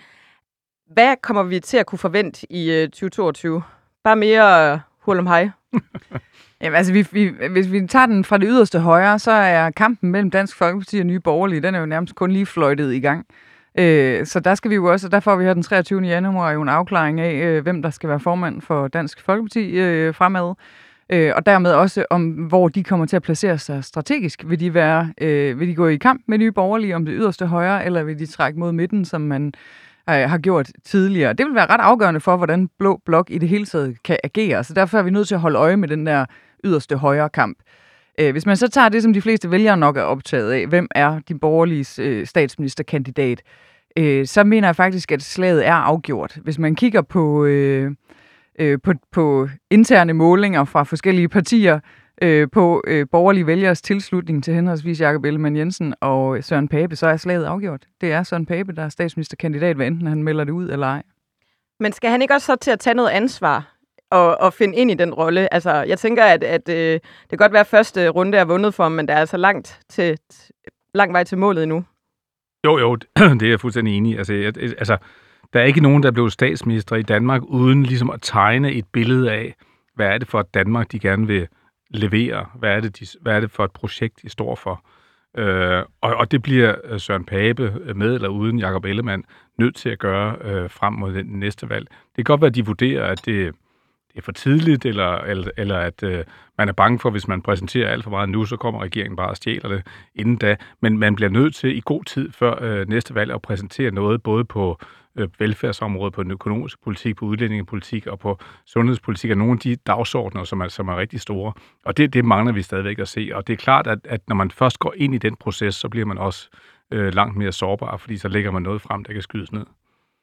Hvad kommer vi til at kunne forvente i øh, tyve toogtyve? Bare mere øh, hul om hej? Jamen, altså, vi, vi, hvis vi tager den fra det yderste højre, så er kampen mellem Dansk Folkeparti og Nye Borgerlige, den er jo nærmest kun lige fløjtet i gang. Øh, så der skal vi jo også, og der får vi her den treogtyvende januar jo en afklaring af, øh, hvem der skal være formand for Dansk Folkeparti øh, fremad. Øh, og dermed også om, hvor de kommer til at placere sig strategisk. Vil de, være, øh, vil de gå i kamp med Nye Borgerlige om det yderste højre, eller vil de trække mod midten, som man øh, har gjort tidligere? Det vil være ret afgørende for, hvordan Blå Blok i det hele taget kan agere. Så derfor er vi nødt til at holde øje med den der yderste højre kamp. Øh, hvis man så tager det, som de fleste vælgere nok er optaget af, hvem er de borgerliges øh, statsministerkandidat, øh, så mener jeg faktisk, at slaget er afgjort. Hvis man kigger på... Øh, På, på interne målinger fra forskellige partier øh, på øh, borgerlige vælgeres tilslutning til henholdsvis Jakob Ellemann-Jensen og Søren Pape, så er slaget afgjort. Det er Søren Pape, der er statsministerkandidat, hvad enten han melder det ud eller ej. Men skal han ikke også så til at tage noget ansvar og, og finde ind i den rolle? Altså, jeg tænker, at, at øh, det kan godt være, at første runde er vundet for ham, men der er altså langt, til, lang vej til målet endnu. Jo, jo, det er jeg fuldstændig enig i. Altså, jeg, altså der er ikke nogen, der blev statsminister i Danmark, uden ligesom at tegne et billede af, hvad er det for et Danmark, de gerne vil levere? Hvad er det, de, hvad er det for et projekt, de står for? Øh, og, og det bliver Søren Pape med eller uden Jakob Ellemann nødt til at gøre øh, frem mod den næste valg. Det kan godt være, at de vurderer, at det, det er for tidligt, eller, eller, eller at øh, man er bange for, hvis man præsenterer alt for meget nu, så kommer regeringen bare og stjæler det inden da. Men man bliver nødt til i god tid før øh, næste valg at præsentere noget, både på øh, velfærdsområdet, på den økonomiske politik, på udlændingepolitik og på sundhedspolitik, og nogle af de dagsordner, som er, som er rigtig store. Og det, det mangler vi stadigvæk at se. Og det er klart, at, at når man først går ind i den proces, så bliver man også øh, langt mere sårbar, fordi så lægger man noget frem, der kan skydes ned.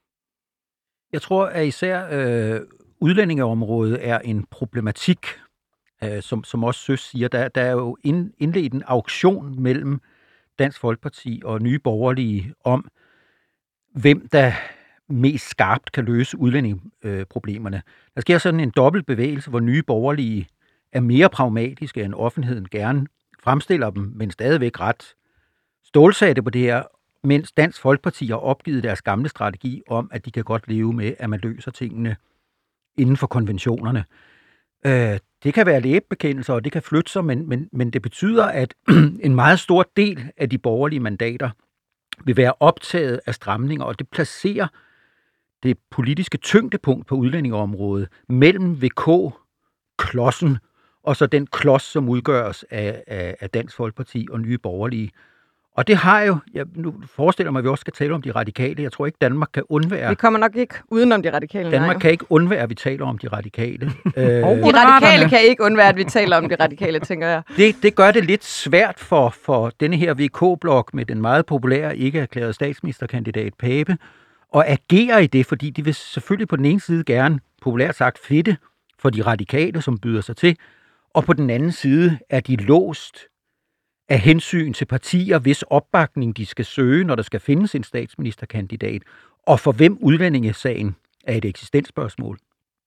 Jeg tror, at især øh, udlændingeområdet er en problematik, øh, som, som også Søs siger. Der, der er jo ind, indledt en auktion mellem Dansk Folkeparti og Nye Borgerlige om, hvem der mest skarpt kan løse udlændingeproblemerne. Der sker sådan en dobbelt bevægelse, hvor Nye Borgerlige er mere pragmatiske, end offentligheden gerne fremstiller dem, men stadigvæk ret stålsatte på det her, mens Dansk Folkeparti har opgivet deres gamle strategi om, at de kan godt leve med, at man løser tingene inden for konventionerne. Øh, det kan være lægebekendelser, og det kan flytte sig, men, men, men det betyder, at en meget stor del af de borgerlige mandater vil være optaget af stramninger, og det placerer det politiske tyngdepunkt på udlændingeområdet mellem V K-klodsen og så den klods, som udgøres af, af, af Dansk Folkeparti og Nye Borgerlige. Og det har jo, jeg nu forestiller mig, at vi også skal tale om de radikale. Jeg tror ikke, Danmark kan undvære... Vi kommer nok ikke udenom de radikale. Danmark nej. kan ikke undvære, at vi taler om de radikale. øh, De radikale kan ikke undvære, at vi taler om de radikale, tænker jeg. det, det gør det lidt svært for, for denne her V K-blok med den meget populære, ikke erklærede statsministerkandidat Pape, at agere i det, fordi de vil selvfølgelig på den ene side gerne, populært sagt, fedte for de radikale, som byder sig til, og på den anden side er de låst af hensyn til partier, hvis opbakning de skal søge, når der skal findes en statsministerkandidat, og for hvem udlændingesagen er et eksistensspørgsmål.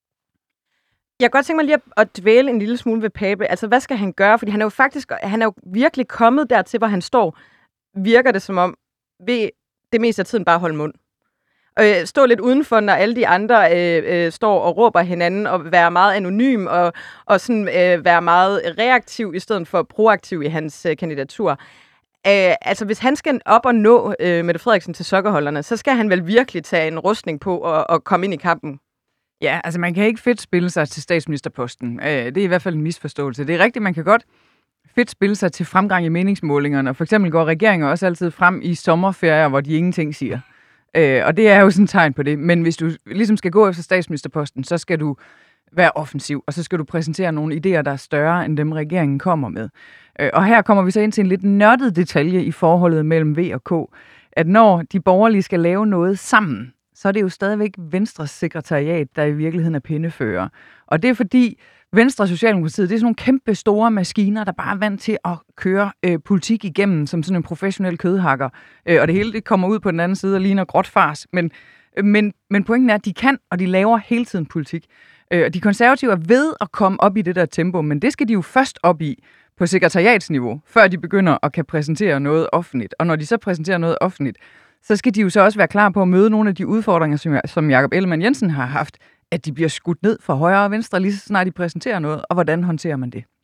Jeg kan godt tænke mig lige at dvæle en lille smule ved Pape. Altså, hvad skal han gøre? Fordi han er jo faktisk, han er jo virkelig kommet dertil, hvor han står. Virker det som om, ved det meste af tiden bare holde mund. Øh, stå lidt udenfor, når alle de andre øh, øh, står og råber hinanden, og være meget anonym, og, og sådan, øh, være meget reaktiv, i stedet for proaktiv i hans øh, kandidatur. Øh, altså, hvis han skal op og nå øh, Mette Frederiksen til sokkerholderne, så skal han vel virkelig tage en rustning på og, og komme ind i kampen. Ja, altså man kan ikke fedt spille sig til statsministerposten. Øh, det er i hvert fald en misforståelse. Det er rigtigt, man kan godt fedt spille sig til fremgang i meningsmålingerne. For eksempel går regeringer også altid frem i sommerferier, hvor de ingenting siger. Øh, og det er jo sådan et tegn på det. Men hvis du ligesom skal gå efter statsministerposten, så skal du være offensiv, og så skal du præsentere nogle idéer, der er større end dem, regeringen kommer med. Øh, og her kommer vi så ind til en lidt nørdet detalje i forholdet mellem V og K, at når de borgerlige skal lave noget sammen, så er det jo stadigvæk Venstres sekretariat, der i virkeligheden er pindefører. Og det er fordi Venstre og Socialdemokratiet, det er sådan nogle kæmpe store maskiner, der bare er vant til at køre øh, politik igennem som sådan en professionel kødhakker. Øh, og det hele det kommer ud på den anden side og ligner gråt fars. Men, øh, men, men pointen er, at de kan, og de laver hele tiden politik. Øh, og de konservative er ved at komme op i det der tempo, men det skal de jo først op i på sekretariatsniveau, før de begynder at kan præsentere noget offentligt. Og når de så præsenterer noget offentligt, så skal de jo så også være klar på at møde nogle af de udfordringer, som, som Jakob Ellemann-Jensen har haft, at de bliver skudt ned fra højre og venstre, lige så snart de præsenterer noget, og hvordan håndterer man det?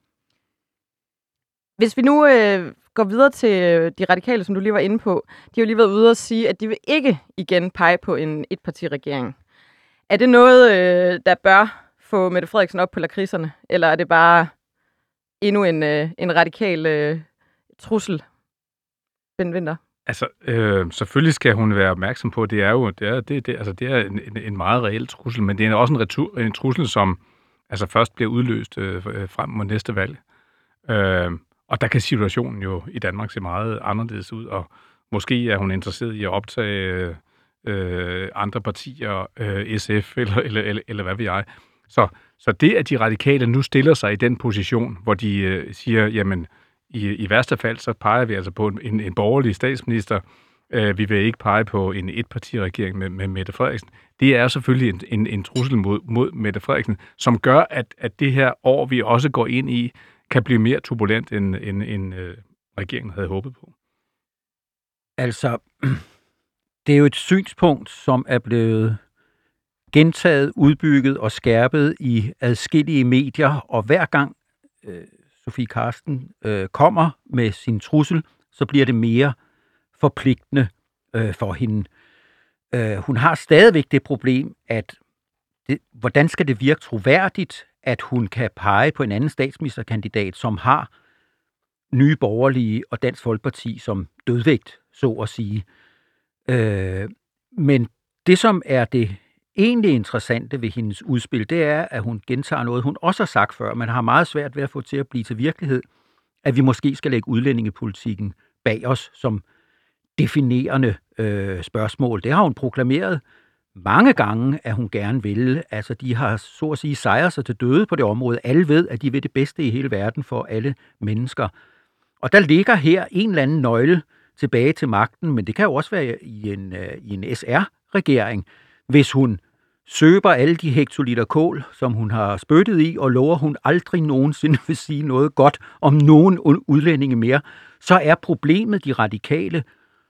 Hvis vi nu øh, går videre til de radikale, som du lige var inde på, de har jo lige været ude og sige, at de vil ikke igen pege på en etpartiregering. Er det noget, øh, der bør få Mette Frederiksen op på lakridserne, eller er det bare endnu en, øh, en radikal øh, trussel, Ben Winther? Altså, øh, selvfølgelig skal hun være opmærksom på, at det er jo det er, det, det, altså, det er en, en meget reel trussel, men det er også en, retur, en trussel, som altså, først bliver udløst øh, frem mod næste valg. Øh, og der kan situationen jo i Danmark se meget anderledes ud, og måske er hun interesseret i at optage øh, andre partier, øh, S F eller, eller, eller, eller hvad ved jeg. Så, så det, at de radikale nu stiller sig i den position, hvor de øh, siger, jamen, I, i værste fald, så peger vi altså på en, en borgerlig statsminister. Uh, vi vil ikke pege på en etpartiregering med, med Mette Frederiksen. Det er selvfølgelig en, en, en trussel mod, mod Mette Frederiksen, som gør, at, at det her år, vi også går ind i, kan blive mere turbulent, end, end, end uh, regeringen havde håbet på. Altså, det er jo et synspunkt, som er blevet gentaget, udbygget og skærpet i adskillige medier, og hver gang øh, Sofie Carsten øh, kommer med sin trussel, så bliver det mere forpligtende øh, for hende. Øh, hun har stadigvæk det problem, at det, hvordan skal det virke troværdigt, at hun kan pege på en anden statsministerkandidat, som har Nye Borgerlige og Dansk Folkeparti som dødvægt, så at sige. Øh, men det, som er det egentlig interessante ved hendes udspil, det er, at hun gentager noget, hun også har sagt før, men har meget svært ved at få til at blive til virkelighed, at vi måske skal lægge udlændingepolitikken bag os som definerende øh, spørgsmål. Det har hun proklameret mange gange, at hun gerne vil. Altså, de har så at sige sejret sig til døde på det område. Alle ved, at de vil det bedste i hele verden for alle mennesker. Og der ligger her en eller anden nøgle tilbage til magten, men det kan jo også være i en, øh, i en S R-regering, hvis hun søber alle de hektoliter kål, som hun har spyttet i, og lover hun aldrig nogensinde vil sige noget godt om nogen udlændinge mere, så er problemet de radikale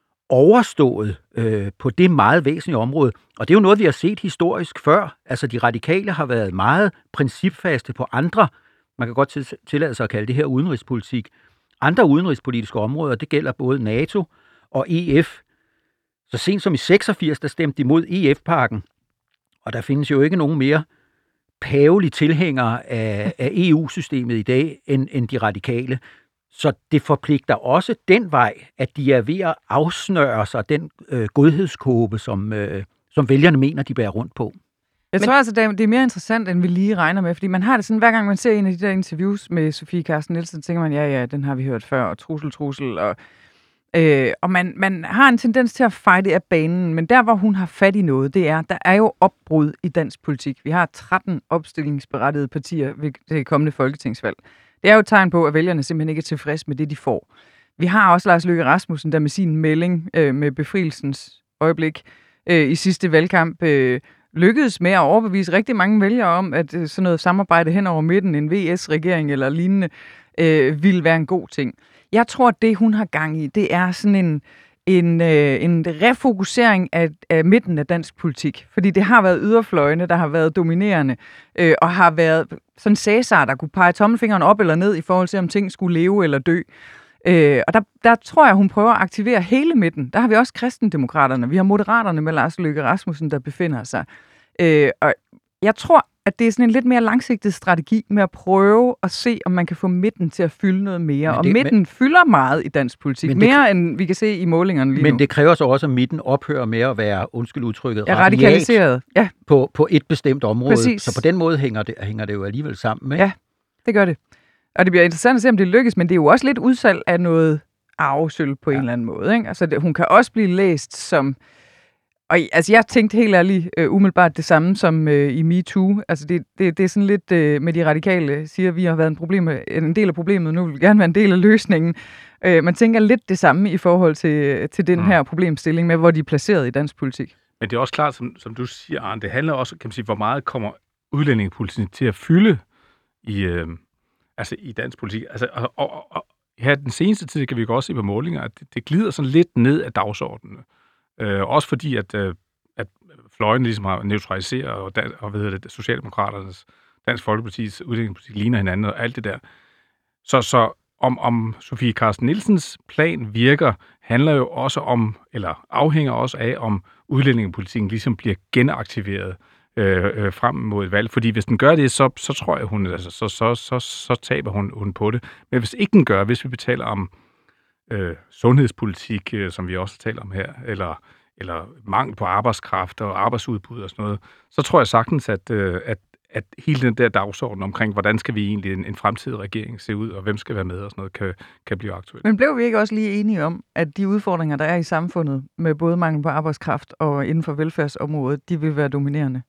overstået øh, på det meget væsentlige område. Og det er jo noget, vi har set historisk før. Altså, de radikale har været meget principfaste på andre, man kan godt tillade sig at kalde det her udenrigspolitik, andre udenrigspolitiske områder. Det gælder både NATO og E F. Så sent som i seksogfirs, der stemte de mod E F-pakken, og der findes jo ikke nogen mere pavelige tilhængere af, af E U-systemet i dag, end, end de radikale. Så det forpligter også den vej, at de er ved at afsnøre sig den øh, godhedskåbe, som, øh, som vælgerne mener, de bærer rundt på. Jeg Men... tror altså, det er mere interessant, end vi lige regner med, fordi man har det sådan, hver gang man ser en af de der interviews med Sofie Carsten Nielsen, tænker man, ja, ja, den har vi hørt før, og trussel, trussel, og, øh, og man, man har en tendens til at fejde af banen, men der, hvor hun har fat i noget, det er, der er jo opbrud i dansk politik. Vi har tretten opstillingsberettigede partier ved det kommende folketingsvalg. Det er jo et tegn på, at vælgerne simpelthen ikke er tilfredse med det, de får. Vi har også Lars Løkke Rasmussen, der med sin melding øh, med befrielsens øjeblik øh, i sidste valgkamp øh, lykkedes med at overbevise rigtig mange vælgere om, at øh, sådan noget samarbejde hen over midten, en V S-regering eller lignende, øh, ville være en god ting. Jeg tror, at det, hun har gang i, det er sådan en, en, øh, en refokusering af, af midten af dansk politik. Fordi det har været yderfløjene, der har været dominerende, øh, og har været sådan Cæsar, der kunne pege tommelfingeren op eller ned i forhold til, om ting skulle leve eller dø. Øh, og der, der tror jeg, hun prøver at aktivere hele midten. Der har vi også kristendemokraterne. Vi har moderaterne med Lars Løkke Rasmussen, der befinder sig. Øh, og jeg tror, at det er sådan en lidt mere langsigtet strategi med at prøve at se, om man kan få midten til at fylde noget mere. Det, og midten men, fylder meget i dansk politik. Mere det, end vi kan se i målingerne lige men nu. Men det kræver så også, at midten ophører med at være, undskyld udtrykket, ja, radikaliseret ja. på, på et bestemt område. Præcis. Så på den måde hænger det, hænger det jo alligevel sammen. Ikke? Ja, det gør det. Og det bliver interessant at se, om det lykkes, men det er jo også lidt udsalg af noget arvesølv på ja. en eller anden måde. Ikke? Altså, det, hun kan også blive læst som... Og altså, jeg tænkte helt ærligt uh, umiddelbart det samme som uh, i MeToo. Altså, det, det, det er sådan lidt uh, med de radikale, siger, at vi har været en, problem, en del af problemet, nu vil vi gerne være en del af løsningen. Uh, man tænker lidt det samme i forhold til, til den mm. her problemstilling med, hvor de er placeret i dansk politik. Men det er også klart, som, som du siger, Arne, det handler også, kan man sige, hvor meget kommer udlændingepolitikken til at fylde i, øh, altså i dansk politik. Altså, og, og, og her den seneste tid kan vi godt se på målinger, at det, det glider sådan lidt ned af dagsordenen. Øh, også fordi, at, øh, at fløjen ligesom har neutraliseret, og, dan- og hvad hedder det, Socialdemokraternes, Dansk Folkepartis udviklingspolitik ligner hinanden, og alt det der. Så, så om, om Sofie Carsten Nielsens plan virker, handler jo også om, eller afhænger også af, om udlændingepolitikken ligesom bliver genaktiveret øh, øh, frem mod et valg. Fordi hvis den gør det, så, så tror jeg, hun, altså, så, så, så, så taber hun, hun på det. Men hvis ikke den gør, hvis vi betaler om Øh, sundhedspolitik, øh, som vi også taler om her, eller, eller mangel på arbejdskraft og arbejdsudbud og sådan noget, så tror jeg sagtens, at, øh, at, at hele den der dagsorden omkring, hvordan skal vi egentlig en, en fremtidig regering se ud, og hvem skal være med og sådan noget, kan, kan blive aktuelt. Men blev vi ikke også lige enige om, at de udfordringer, der er i samfundet, med både mangel på arbejdskraft og inden for velfærdsområdet, de vil være dominerende?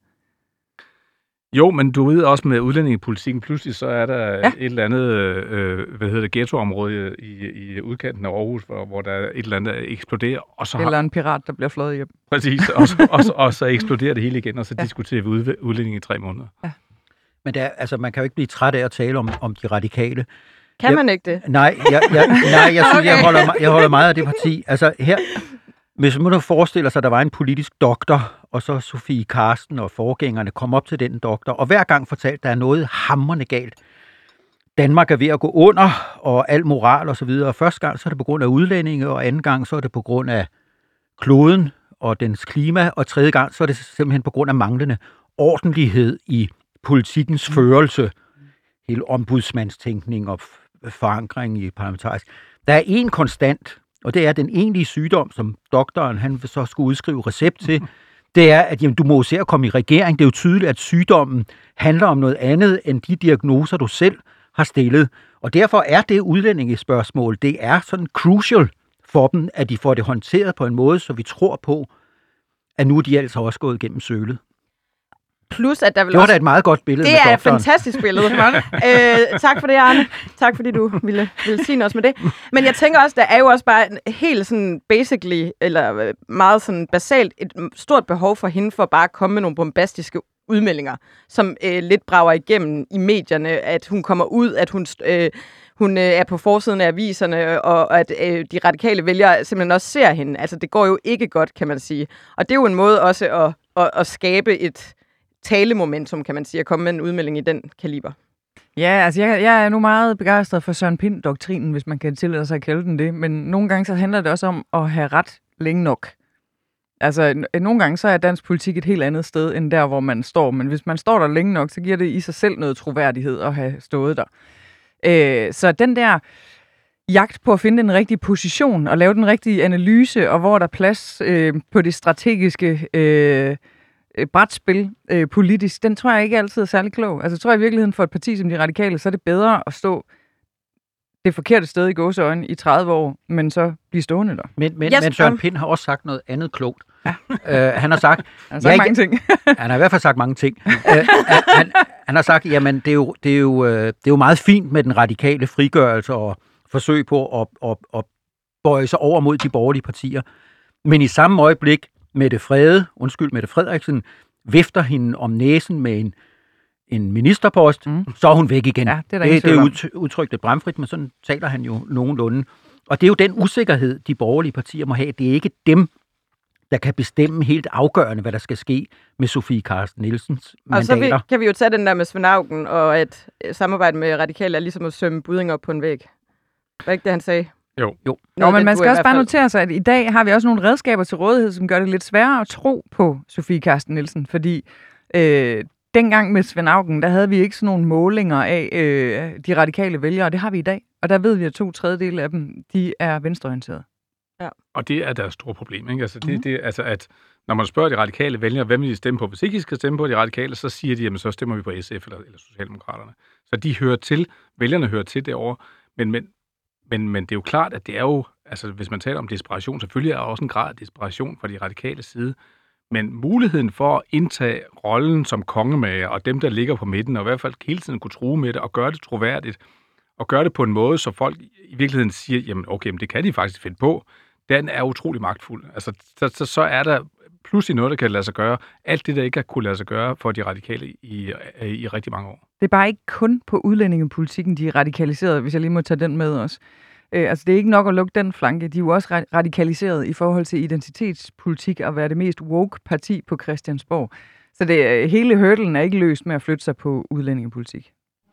Jo, men du ved også med udlændingepolitikken, pludselig så er der ja. et eller andet, øh, hvad hedder det, ghettoområde i, i udkanten af Aarhus, hvor, hvor der er et eller andet, der eksploderer. Og så eller har... en pirat, der bliver fløjet hjem. Præcis, og, og, og, og så eksploderer det hele igen, og så ja. diskuterer vi ud, udlænding i tre måneder. Ja. Men det er, altså, man kan jo ikke blive træt af at tale om, om de radikale. Kan jeg, man ikke det? Nej, jeg, jeg, nej, jeg synes, okay. jeg, holder, jeg holder meget af det parti. Altså her... Hvis man nu forestiller sig, at der var en politisk doktor, og så Sofie Carsten og forgængerne kom op til den doktor, og hver gang fortalte, at der er noget hamrende galt. Danmark er ved at gå under, og al moral og så videre. Første gang så er det på grund af udlændinge, og anden gang så er det på grund af kloden og dens klima, og tredje gang så er det simpelthen på grund af manglende ordentlighed i politikkens førelse, hele ombudsmandstænkning og f- forankring i parlamentarisk. Der er en konstant, og det er den egentlige sygdom, som doktoren han så skulle udskrive recept til. Det er, at jamen, du må se at komme i regering. Det er jo tydeligt, at sygdommen handler om noget andet end de diagnoser, du selv har stillet. Og derfor er det udlændingespørgsmål, det er sådan crucial for dem, at de får det håndteret på en måde, så vi tror på, at nu er de altså også gået igennem sølet. Plus, at der vil det var også... da et meget godt billede det med er et doktoren. fantastisk billede. øh, tak for det, Arne. Tak fordi du ville, ville sige os med det. Men jeg tænker også, der er jo også bare en helt sådan basically, eller meget sådan basalt, et stort behov for hende for bare at komme med nogle bombastiske udmeldinger, som øh, lidt brager igennem i medierne, at hun kommer ud, at hun... Øh, Hun øh, er på forsiden af aviserne, og at øh, de radikale vælgere simpelthen også ser hende. Altså, det går jo ikke godt, kan man sige. Og det er jo en måde også at, at, at skabe et talemomentum, kan man sige, at komme med en udmelding i den kaliber. Ja, altså jeg, jeg er nu meget begejstret for Søren Pind-doktrinen, hvis man kan tillade sig at kalde den det. Men nogle gange så handler det også om at have ret længe nok. Altså, n- nogle gange så er dansk politik et helt andet sted, end der, hvor man står. Men hvis man står der længe nok, så giver det i sig selv noget troværdighed at have stået der. Øh, så den der jagt på at finde den rigtige position og lave den rigtige analyse, og hvor der er plads øh, på det strategiske øh, brætspil øh, politisk, den tror jeg ikke altid er særlig klog. Altså, jeg tror i virkeligheden for et parti som de radikale, så er det bedre at stå det forkerte sted i gåseøjne i tredive år, men så blive stående der. Men, men, Yes, men Søren um. Pind har også sagt noget andet klogt. Ja. Uh, han har sagt... Han har sagt ja, mange ting. Han har i hvert fald sagt mange ting. Uh, han, han, han har sagt, jamen det er, jo, det, er jo, uh, det er jo meget fint med den radikale frigørelse og forsøg på at, at, at bøje sig over mod de borgerlige partier. Men i samme øjeblik, Mette Frede, undskyld, Mette Frederiksen, vifter hende om næsen med en, en ministerpost, mm. så er hun væk igen. Ja, det er, det, det er ud, udtrykt lidt bramfrit, men sådan taler han jo nogenlunde. Og det er jo den usikkerhed, de borgerlige partier må have. Det er ikke dem, der kan bestemme helt afgørende, hvad der skal ske med Sofie Carsten Nielsens mandater. Og så vi, kan vi jo tage den der med Svend Auken, og at samarbejde med radikale er ligesom at sømme budding op på en væg. Var ikke det, han sagde? Jo. Jo. Nå, men man skal også bare notere sig, at i dag har vi også nogle redskaber til rådighed, som gør det lidt sværere at tro på Sofie Carsten Nielsen, fordi øh, dengang med Svend Auken, der havde vi ikke sådan nogle målinger af øh, de radikale vælgere, og det har vi i dag. Og der ved vi, at to tredjedele af dem, de er venstreorienterede. Ja. Og det er deres store problem, ikke? Altså, det, mm-hmm. det, altså at når man spørger de radikale vælgere, hvem vil de stemme på? Hvis ikke de skal stemme på de radikale, så siger de, jamen så stemmer vi på S F eller, eller Socialdemokraterne. Så de hører til, vælgerne hører til derovre, men, men, men, men det er jo klart, at det er jo, altså hvis man taler om desperation, selvfølgelig er der også en grad af desperation fra de radikale side, men muligheden for at indtage rollen som kongemager, og dem, der ligger på midten, og i hvert fald hele tiden kunne true med det, og gøre det troværdigt, og gøre det på en måde, så folk i virkeligheden siger, jamen okay, men det kan de faktisk finde på, den er utrolig magtfuld. Altså, så, så, så er der pludselig noget, der kan lade sig gøre. Alt det, der ikke har kunne lade sig gøre for de radikale i, i, i rigtig mange år. Det er bare ikke kun på udlændingepolitikken, de er radikaliseret, hvis jeg lige må tage den med os. Øh, altså, det er ikke nok at lukke den flanke. De er jo også radikaliseret i forhold til identitetspolitik og være det mest woke parti på Christiansborg. Så det, hele hurdlen er ikke løst med at flytte sig på udlændingepolitik.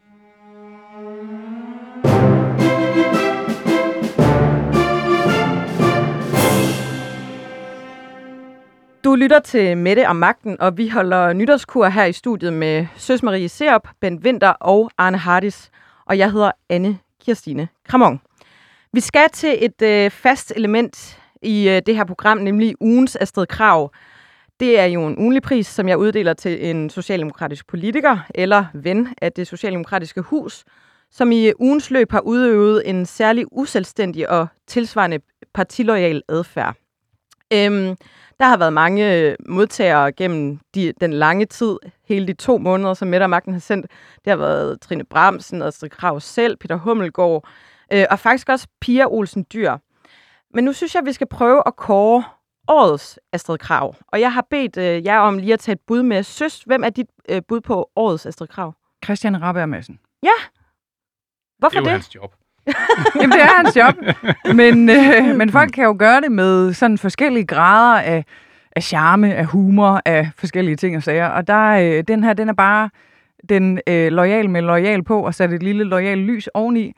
Du lytter til Mette og Magten, og vi holder nytårskur her i studiet med Søs Marie Serup, Bent Winther og Arne Hardis. Og jeg hedder Anne Kirstine Kramon. Vi skal til et øh, fast element i øh, det her program, nemlig ugens Astrid Krag. Det er jo en ugenlig pris, som jeg uddeler til en socialdemokratisk politiker eller ven af det socialdemokratiske hus, som i ugens løb har udøvet en særlig uselvstændig og tilsvarende partiloyal adfærd. Øhm, der har været mange modtagere gennem de, den lange tid, hele de to måneder, som Mette og Magten har sendt. Det har været Trine Bramsen, Astrid Krag selv, Peter Hummelgaard, øh, og faktisk også Pia Olsen Dyhr. Men nu synes jeg, at vi skal prøve at kåre årets Astrid Krag. Og jeg har bedt øh, jer om lige at tage et bud med. Søs, hvem er dit øh, bud på årets Astrid Krag? Christian Rabjerg Madsen. Ja. Hvorfor det? Det er jo hans job. Jamen, det er hans job. Men, øh, men folk kan jo gøre det med sådan forskellige grader af, af charme, af humor, af forskellige ting og sager. Og der, øh, den her, den er bare den øh, loyal med loyal på, og sat et lille loyal lys oveni.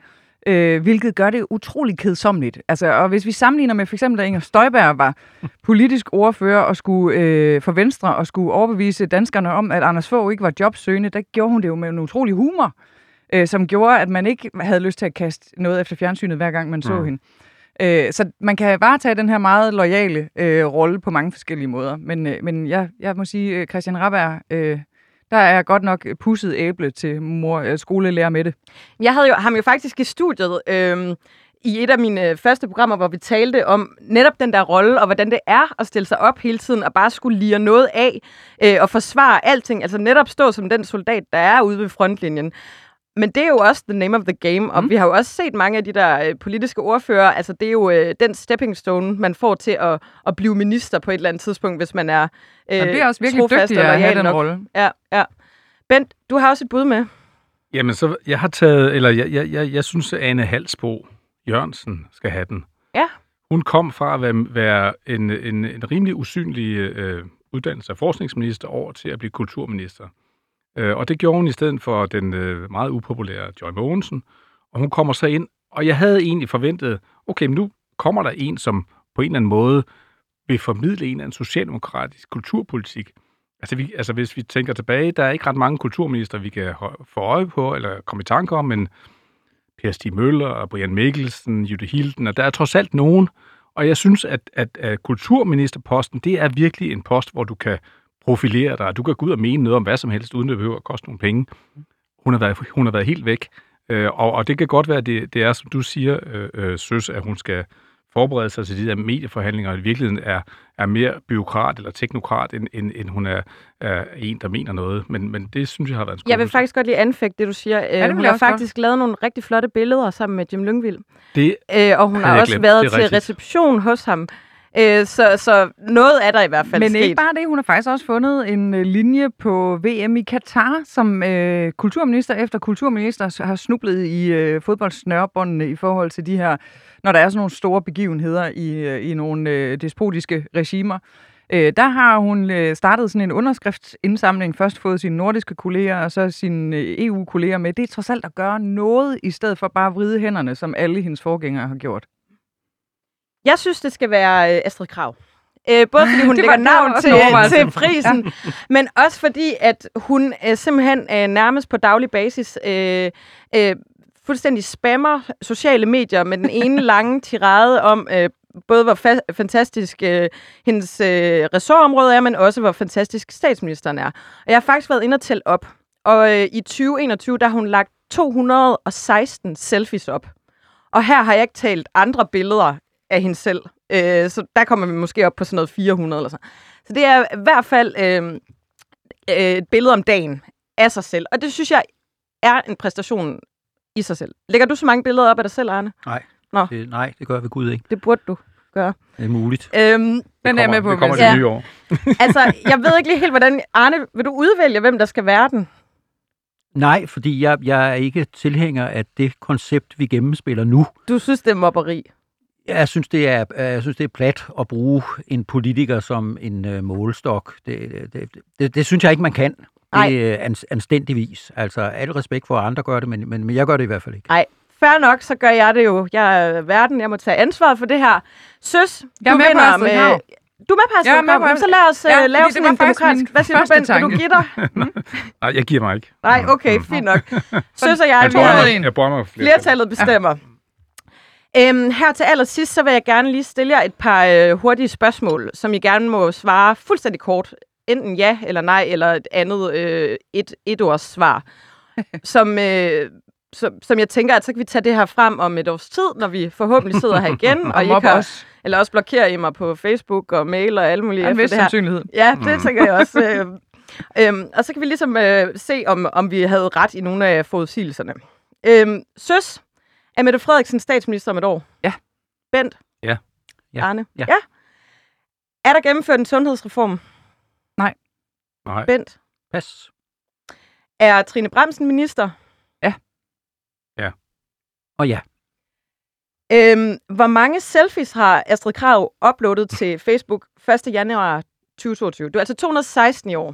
øh, hvilket gør det utrolig kedsommeligt. Altså, og hvis vi sammenligner med for eksempel, da Inger Støjberg var politisk ordfører og skulle øh, for Venstre og skulle overbevise danskerne om, at Anders Fogh ikke var jobsøgende, der gjorde hun det jo med en utrolig humor, øh, som gjorde, at man ikke havde lyst til at kaste noget efter fjernsynet, hver gang man så mm. hende. Øh, så man kan bare tage den her meget loyale øh, rolle på mange forskellige måder. Men, øh, men jeg, jeg må sige, Christian Rabjerg, øh, der er godt nok pusset æble til mor, øh, skolelærer med det. Jeg havde jo ham jo faktisk i studiet øh, i et af mine første programmer, hvor vi talte om netop den der rolle, og hvordan det er at stille sig op hele tiden og bare skulle lire noget af øh, og forsvare alting. Altså netop stå som den soldat, der er ude ved frontlinjen. Men det er jo også the name of the game, og mm. vi har jo også set mange af de der øh, politiske ordfører, altså det er jo øh, den stepping stone, man får til at, at blive minister på et eller andet tidspunkt, hvis man er øh, man bliver også virkelig dygtig at have den nok. rolle. Ja, ja. Bent, du har også et bud med. Jamen, så jeg har taget, eller jeg, jeg, jeg, jeg synes, at Ane Halsbo Jørgensen skal have den. Ja. Hun kom fra at være, være en, en, en rimelig usynlig øh, uddannelse af forskningsminister over til at blive kulturminister. Og det gjorde hun i stedet for den øh, meget upopulære Joy Mogensen. Og hun kommer så ind, og jeg havde egentlig forventet, okay, men nu kommer der en, som på en eller anden måde vil formidle en eller anden socialdemokratisk kulturpolitik. Altså, vi, altså hvis vi tænker tilbage, der er ikke ret mange kulturminister, vi kan få øje på, eller komme i tanke om, men Per Stig Møller og Brian Mikkelsen, Jytte Hilden, og der er trods alt nogen. Og jeg synes, at, at, at kulturministerposten, det er virkelig en post, hvor du kan profilere dig. Du kan gå ud og mene noget om hvad som helst, uden det behøver at koste nogle penge. Hun har været, hun har været helt væk. Øh, og, og det kan godt være, at det, det er, som du siger, øh, øh, søs, at hun skal forberede sig til de der medieforhandlinger, og i virkeligheden er, er mere byråkrat eller teknokrat, end, end, end hun er, er en, der mener noget. Men, men det synes jeg har været en skuffelse. Jeg vil faktisk godt lige anfægte det, du siger. Ja, det hun har faktisk godt. lavet nogle rigtig flotte billeder sammen med Jim Lyngvild. Det øh, og hun har også glemt. været til reception hos ham. Øh, så, så noget er der i hvert fald Men sket. ikke bare det, hun har faktisk også fundet en øh, linje på V M i Katar, som øh, kulturminister efter kulturminister har snublet i øh, fodboldsnørbåndene i forhold til de her, når der er sådan nogle store begivenheder i, øh, i nogle øh, despotiske regimer. Øh, der har hun øh, startet sådan en underskriftsindsamling, først fået sine nordiske kolleger og så sine øh, E U-kolleger med. Det er trods alt at gøre noget, i stedet for bare at vride hænderne, som alle hendes forgængere har gjort. Jeg synes, det skal være øh, Astrid Krag. Øh, både fordi hun lægger navn til, til prisen, ja. men også fordi, at hun øh, simpelthen øh, nærmest på daglig basis øh, øh, fuldstændig spammer sociale medier med den ene lange tirade om, øh, både hvor fa- fantastisk øh, hendes øh, ressortområde er, men også hvor fantastisk statsministeren er. Og jeg har faktisk været inde og tælle op, og øh, i tyve enogtyve, der har hun lagt to hundrede og seksten selfies op. Og her har jeg ikke talt andre billeder af hende selv. Øh, så der kommer vi måske op på sådan noget fire hundrede eller sådan. Så det er i hvert fald øh, øh, et billede om dagen af sig selv. Og det synes jeg er en præstation i sig selv. Lægger du så mange billeder op af dig selv, Arne? Nej, Nå. Det, nej, det gør jeg ved Gud ikke. Det burde du gøre. Det er muligt. Øhm, det kommer, er med på, det kommer ja. det nye år. Altså, jeg ved ikke lige helt, hvordan... Arne, vil du udvælge, hvem der skal være den? Nej, fordi jeg, jeg er ikke tilhænger af det koncept, vi gennemspiller nu. Du synes, det er mobberi? Jeg synes, det er, jeg synes, det er plat at bruge en politiker som en øh, målestok. Det, det, det, det synes jeg ikke, man kan. Det er anstændigvis. Altså, al respekt for, at andre gør det, men, men, men jeg gør det i hvert fald ikke. Nej, fair nok, så gør jeg det jo. Jeg er verden, jeg må tage ansvaret for det her. Søs, jeg du vinder med... Krav. Du er med på Astrid Krag, så lad os ja, uh, lave sådan en demokratisk... Hvad siger du, Bent? Vil du give dig? Hmm? Nej, jeg giver mig ikke. Nej, okay, fint nok. Søs og jeg, jeg, jeg, jeg bøjer mig flertallet bestemmer. Ja. Øhm, her til allersidst, så vil jeg gerne lige stille jer et par øh, hurtige spørgsmål, som I gerne må svare fuldstændig kort. Enten ja eller nej, eller et andet øh, et, et års svar. som, øh, som, som jeg tænker, at så kan vi tage det her frem om et års tid, når vi forhåbentlig sidder her igen. og I kan, også. Eller også blokerer I mig på Facebook og mail og alle mulige. En vis sandsynlighed. Ja, det mm. tænker jeg også. Øh, øhm, og så kan vi ligesom øh, se, om, om vi havde ret i nogle af forudsigelserne. Øhm, Søs, er Mette Frederiksen statsminister om et år? Ja. Bent? Ja. ja. Arne? Ja. ja. Er der gennemført en sundhedsreform? Nej. Nej. Bent? Pas. Er Trine Bramsen minister? Ja. Ja. Og ja. Øhm, hvor mange selfies har Astrid Krag uploadet til Facebook første januar tyve toogtyve? Du er altså to hundrede og seksten i år.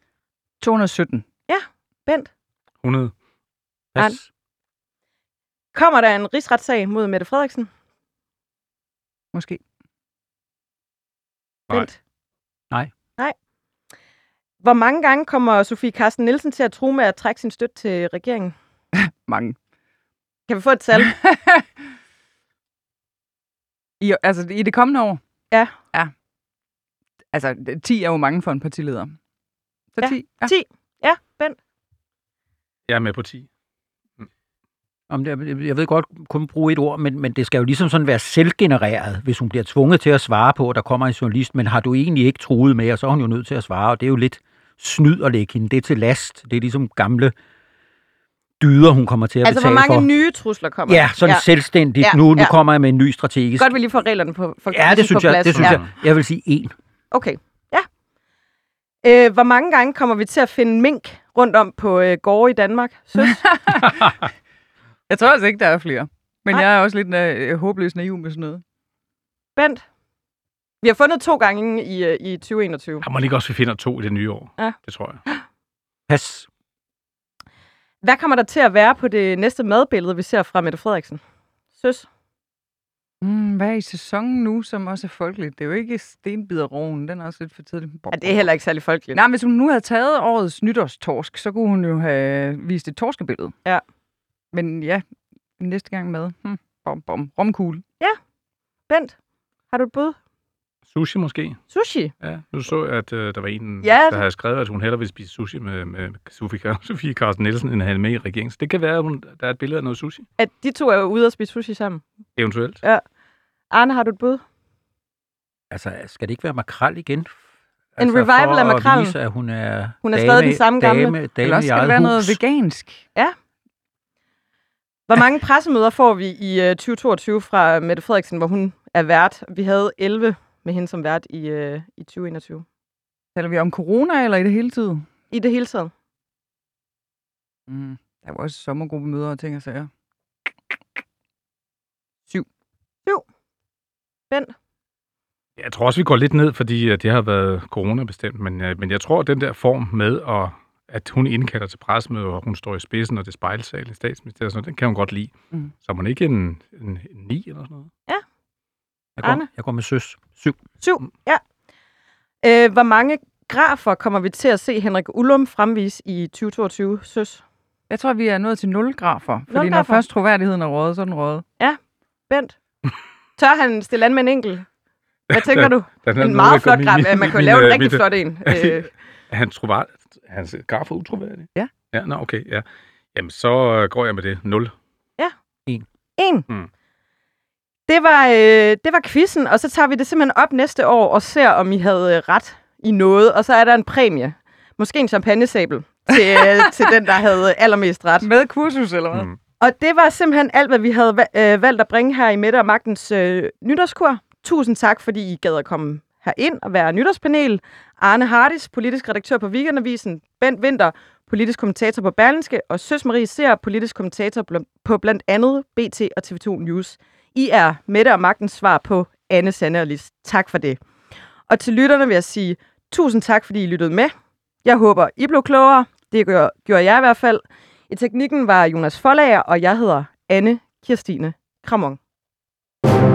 to hundrede og sytten. Ja. Bent? hundrede. Pas. Kommer der en rigsretssag mod Mette Frederiksen? Måske. Nej. Bent? Nej. Nej. Hvor mange gange kommer Sofie Carsten Nielsen til at true med at trække sin støtte til regeringen? Mange. Kan vi få et tal? I, altså, i det kommende år? Ja. Ja. Altså, ti er jo mange for en partileder. Så Ja, ti. Ja. ti. Ja, Bent. Jeg er med på ti. Om det, jeg ved godt kun bruge et ord, men, men det skal jo ligesom sådan være selvgenereret, hvis hun bliver tvunget til at svare på, at der kommer en journalist, men har du egentlig ikke truet med, og så er hun jo nødt til at svare, og det er jo lidt snyd at lægge hende det til last. Det er ligesom gamle dyder, hun kommer til at Altså, hvor betale mange for. nye trusler kommer Ja, der? sådan ja. selvstændigt. Ja, Nu, nu ja. kommer jeg med en ny strategisk. Godt, vi lige får reglerne på, for, Ja, det synes på jeg. plads. Det synes ja. jeg. Jeg vil sige en. Okay, ja. Øh, hvor mange gange kommer vi til at finde mink rundt om på øh, gårde i Danmark? Søs? Jeg tror altså ikke, der er flere. Men Nej. jeg er også lidt øh, håbløs naiv med sådan noget. Bent? Vi har fundet to gange i, øh, i tyve enogtyve. Jeg må ikke også, vi finder to i det nye år. Ja. Det tror jeg. Pas. Hvad kommer der til at være på det næste madbillede, vi ser fra Mette Frederiksen? Søs? Mm, hvad er i sæsonen nu, som også er folkeligt? Det er jo ikke stenbiderroen. Den er også lidt for tidlig. Ja, det er heller ikke særlig folkeligt. Nej, hvis hun nu havde taget årets nytårstorsk, så kunne hun jo have vist et torskebillede. Ja. Men ja, næste gang med. Hmm. Bom, bom. Romkugle. Bent? Har du et bud? Sushi måske? Sushi? Ja, nu så jeg, at øh, der var en, Ja. der havde skrevet, at hun hellere ville spise sushi med, med Sofie, Sofie Carsten Nielsen, end at have med i regeringen. Så det kan være, at hun, der er et billede af noget sushi. At de to er jo ude og spise sushi sammen. Eventuelt. Arne, har du et bud? Altså, skal det ikke være makrel igen? En Altså, revival for af makrellen. at vise, at hun er Hun er dame, stadig den samme gamle. Dame, dame Eller også i skal det eget være noget hus. vegansk. Hvor mange pressemøder får vi i uh, tyve toogtyve fra Mette Frederiksen, hvor hun er vært? Vi havde elleve med hende som vært i, uh, i tyve enogtyve. Taler vi om corona, eller i det hele tiden? I det hele taget. Mm. Der var også sommergruppemøder og ting og sager. Syv. Syv. Bent? Jeg tror også, vi går lidt ned, fordi øh, det har været coronabestemt, men, øh, men jeg tror, at den der form med, at, at hun indkalder til pressemøde, og hun står i spidsen, og det er spejlsal i statsministeriet, sådan noget, den kan hun godt lide. Mm. Så er man ikke en, en, en ni eller sådan noget? Jeg går, Arne? jeg går med søs. Syv. Syv, ja. Øh, hvor mange grafer kommer vi til at se Henrik Ullum fremvise i tyve toogtyve, Søs? Jeg tror, vi er nået til nul grafer. Fordi Nul når grafer? først troværdigheden er røget, så er den røget. Bent? Tør han stille an med en enkelt? Hvad tænker du? Den er En noget, meget der flot går graf. min- Ja, man kan jo min, lave en øh, rigtig mit- flot en. Øh, Er han troværdig? Er hans graf utroværdig? Ja. Ja, nå, okay, ja. Jamen, så øh, går jeg med det. nul. en. Mm. Det var, øh, det var quizzen, og så tager vi det simpelthen op næste år og ser, om I havde øh, ret i noget. Og så er der en præmie. Måske en champagnesabel til, øh, til den, der havde allermest ret. Med kursus, eller hvad? Mm. Og det var simpelthen alt, hvad vi havde va- øh, valgt at bringe her i Mette og Magtens øh, nytårskur. Tusind tak, fordi I gad at komme herind og være nytårspanel. Arne Hardis, politisk redaktør på Weekendavisen. Bent Winther, politisk kommentator på Berlingske. Og Søs Marie Seer, politisk kommentator bl- på blandt andet B T og T V to News. I er Mette og Magtens svar på Anne, Sanne og Lis. Tak for det. Og til lytterne vil jeg sige tusind tak, fordi I lyttede med. Jeg håber, I blev klogere. Det gjorde, gjorde jeg i hvert fald. I teknikken var Jonas Forlager, og jeg hedder Anne Kirstine Kramon.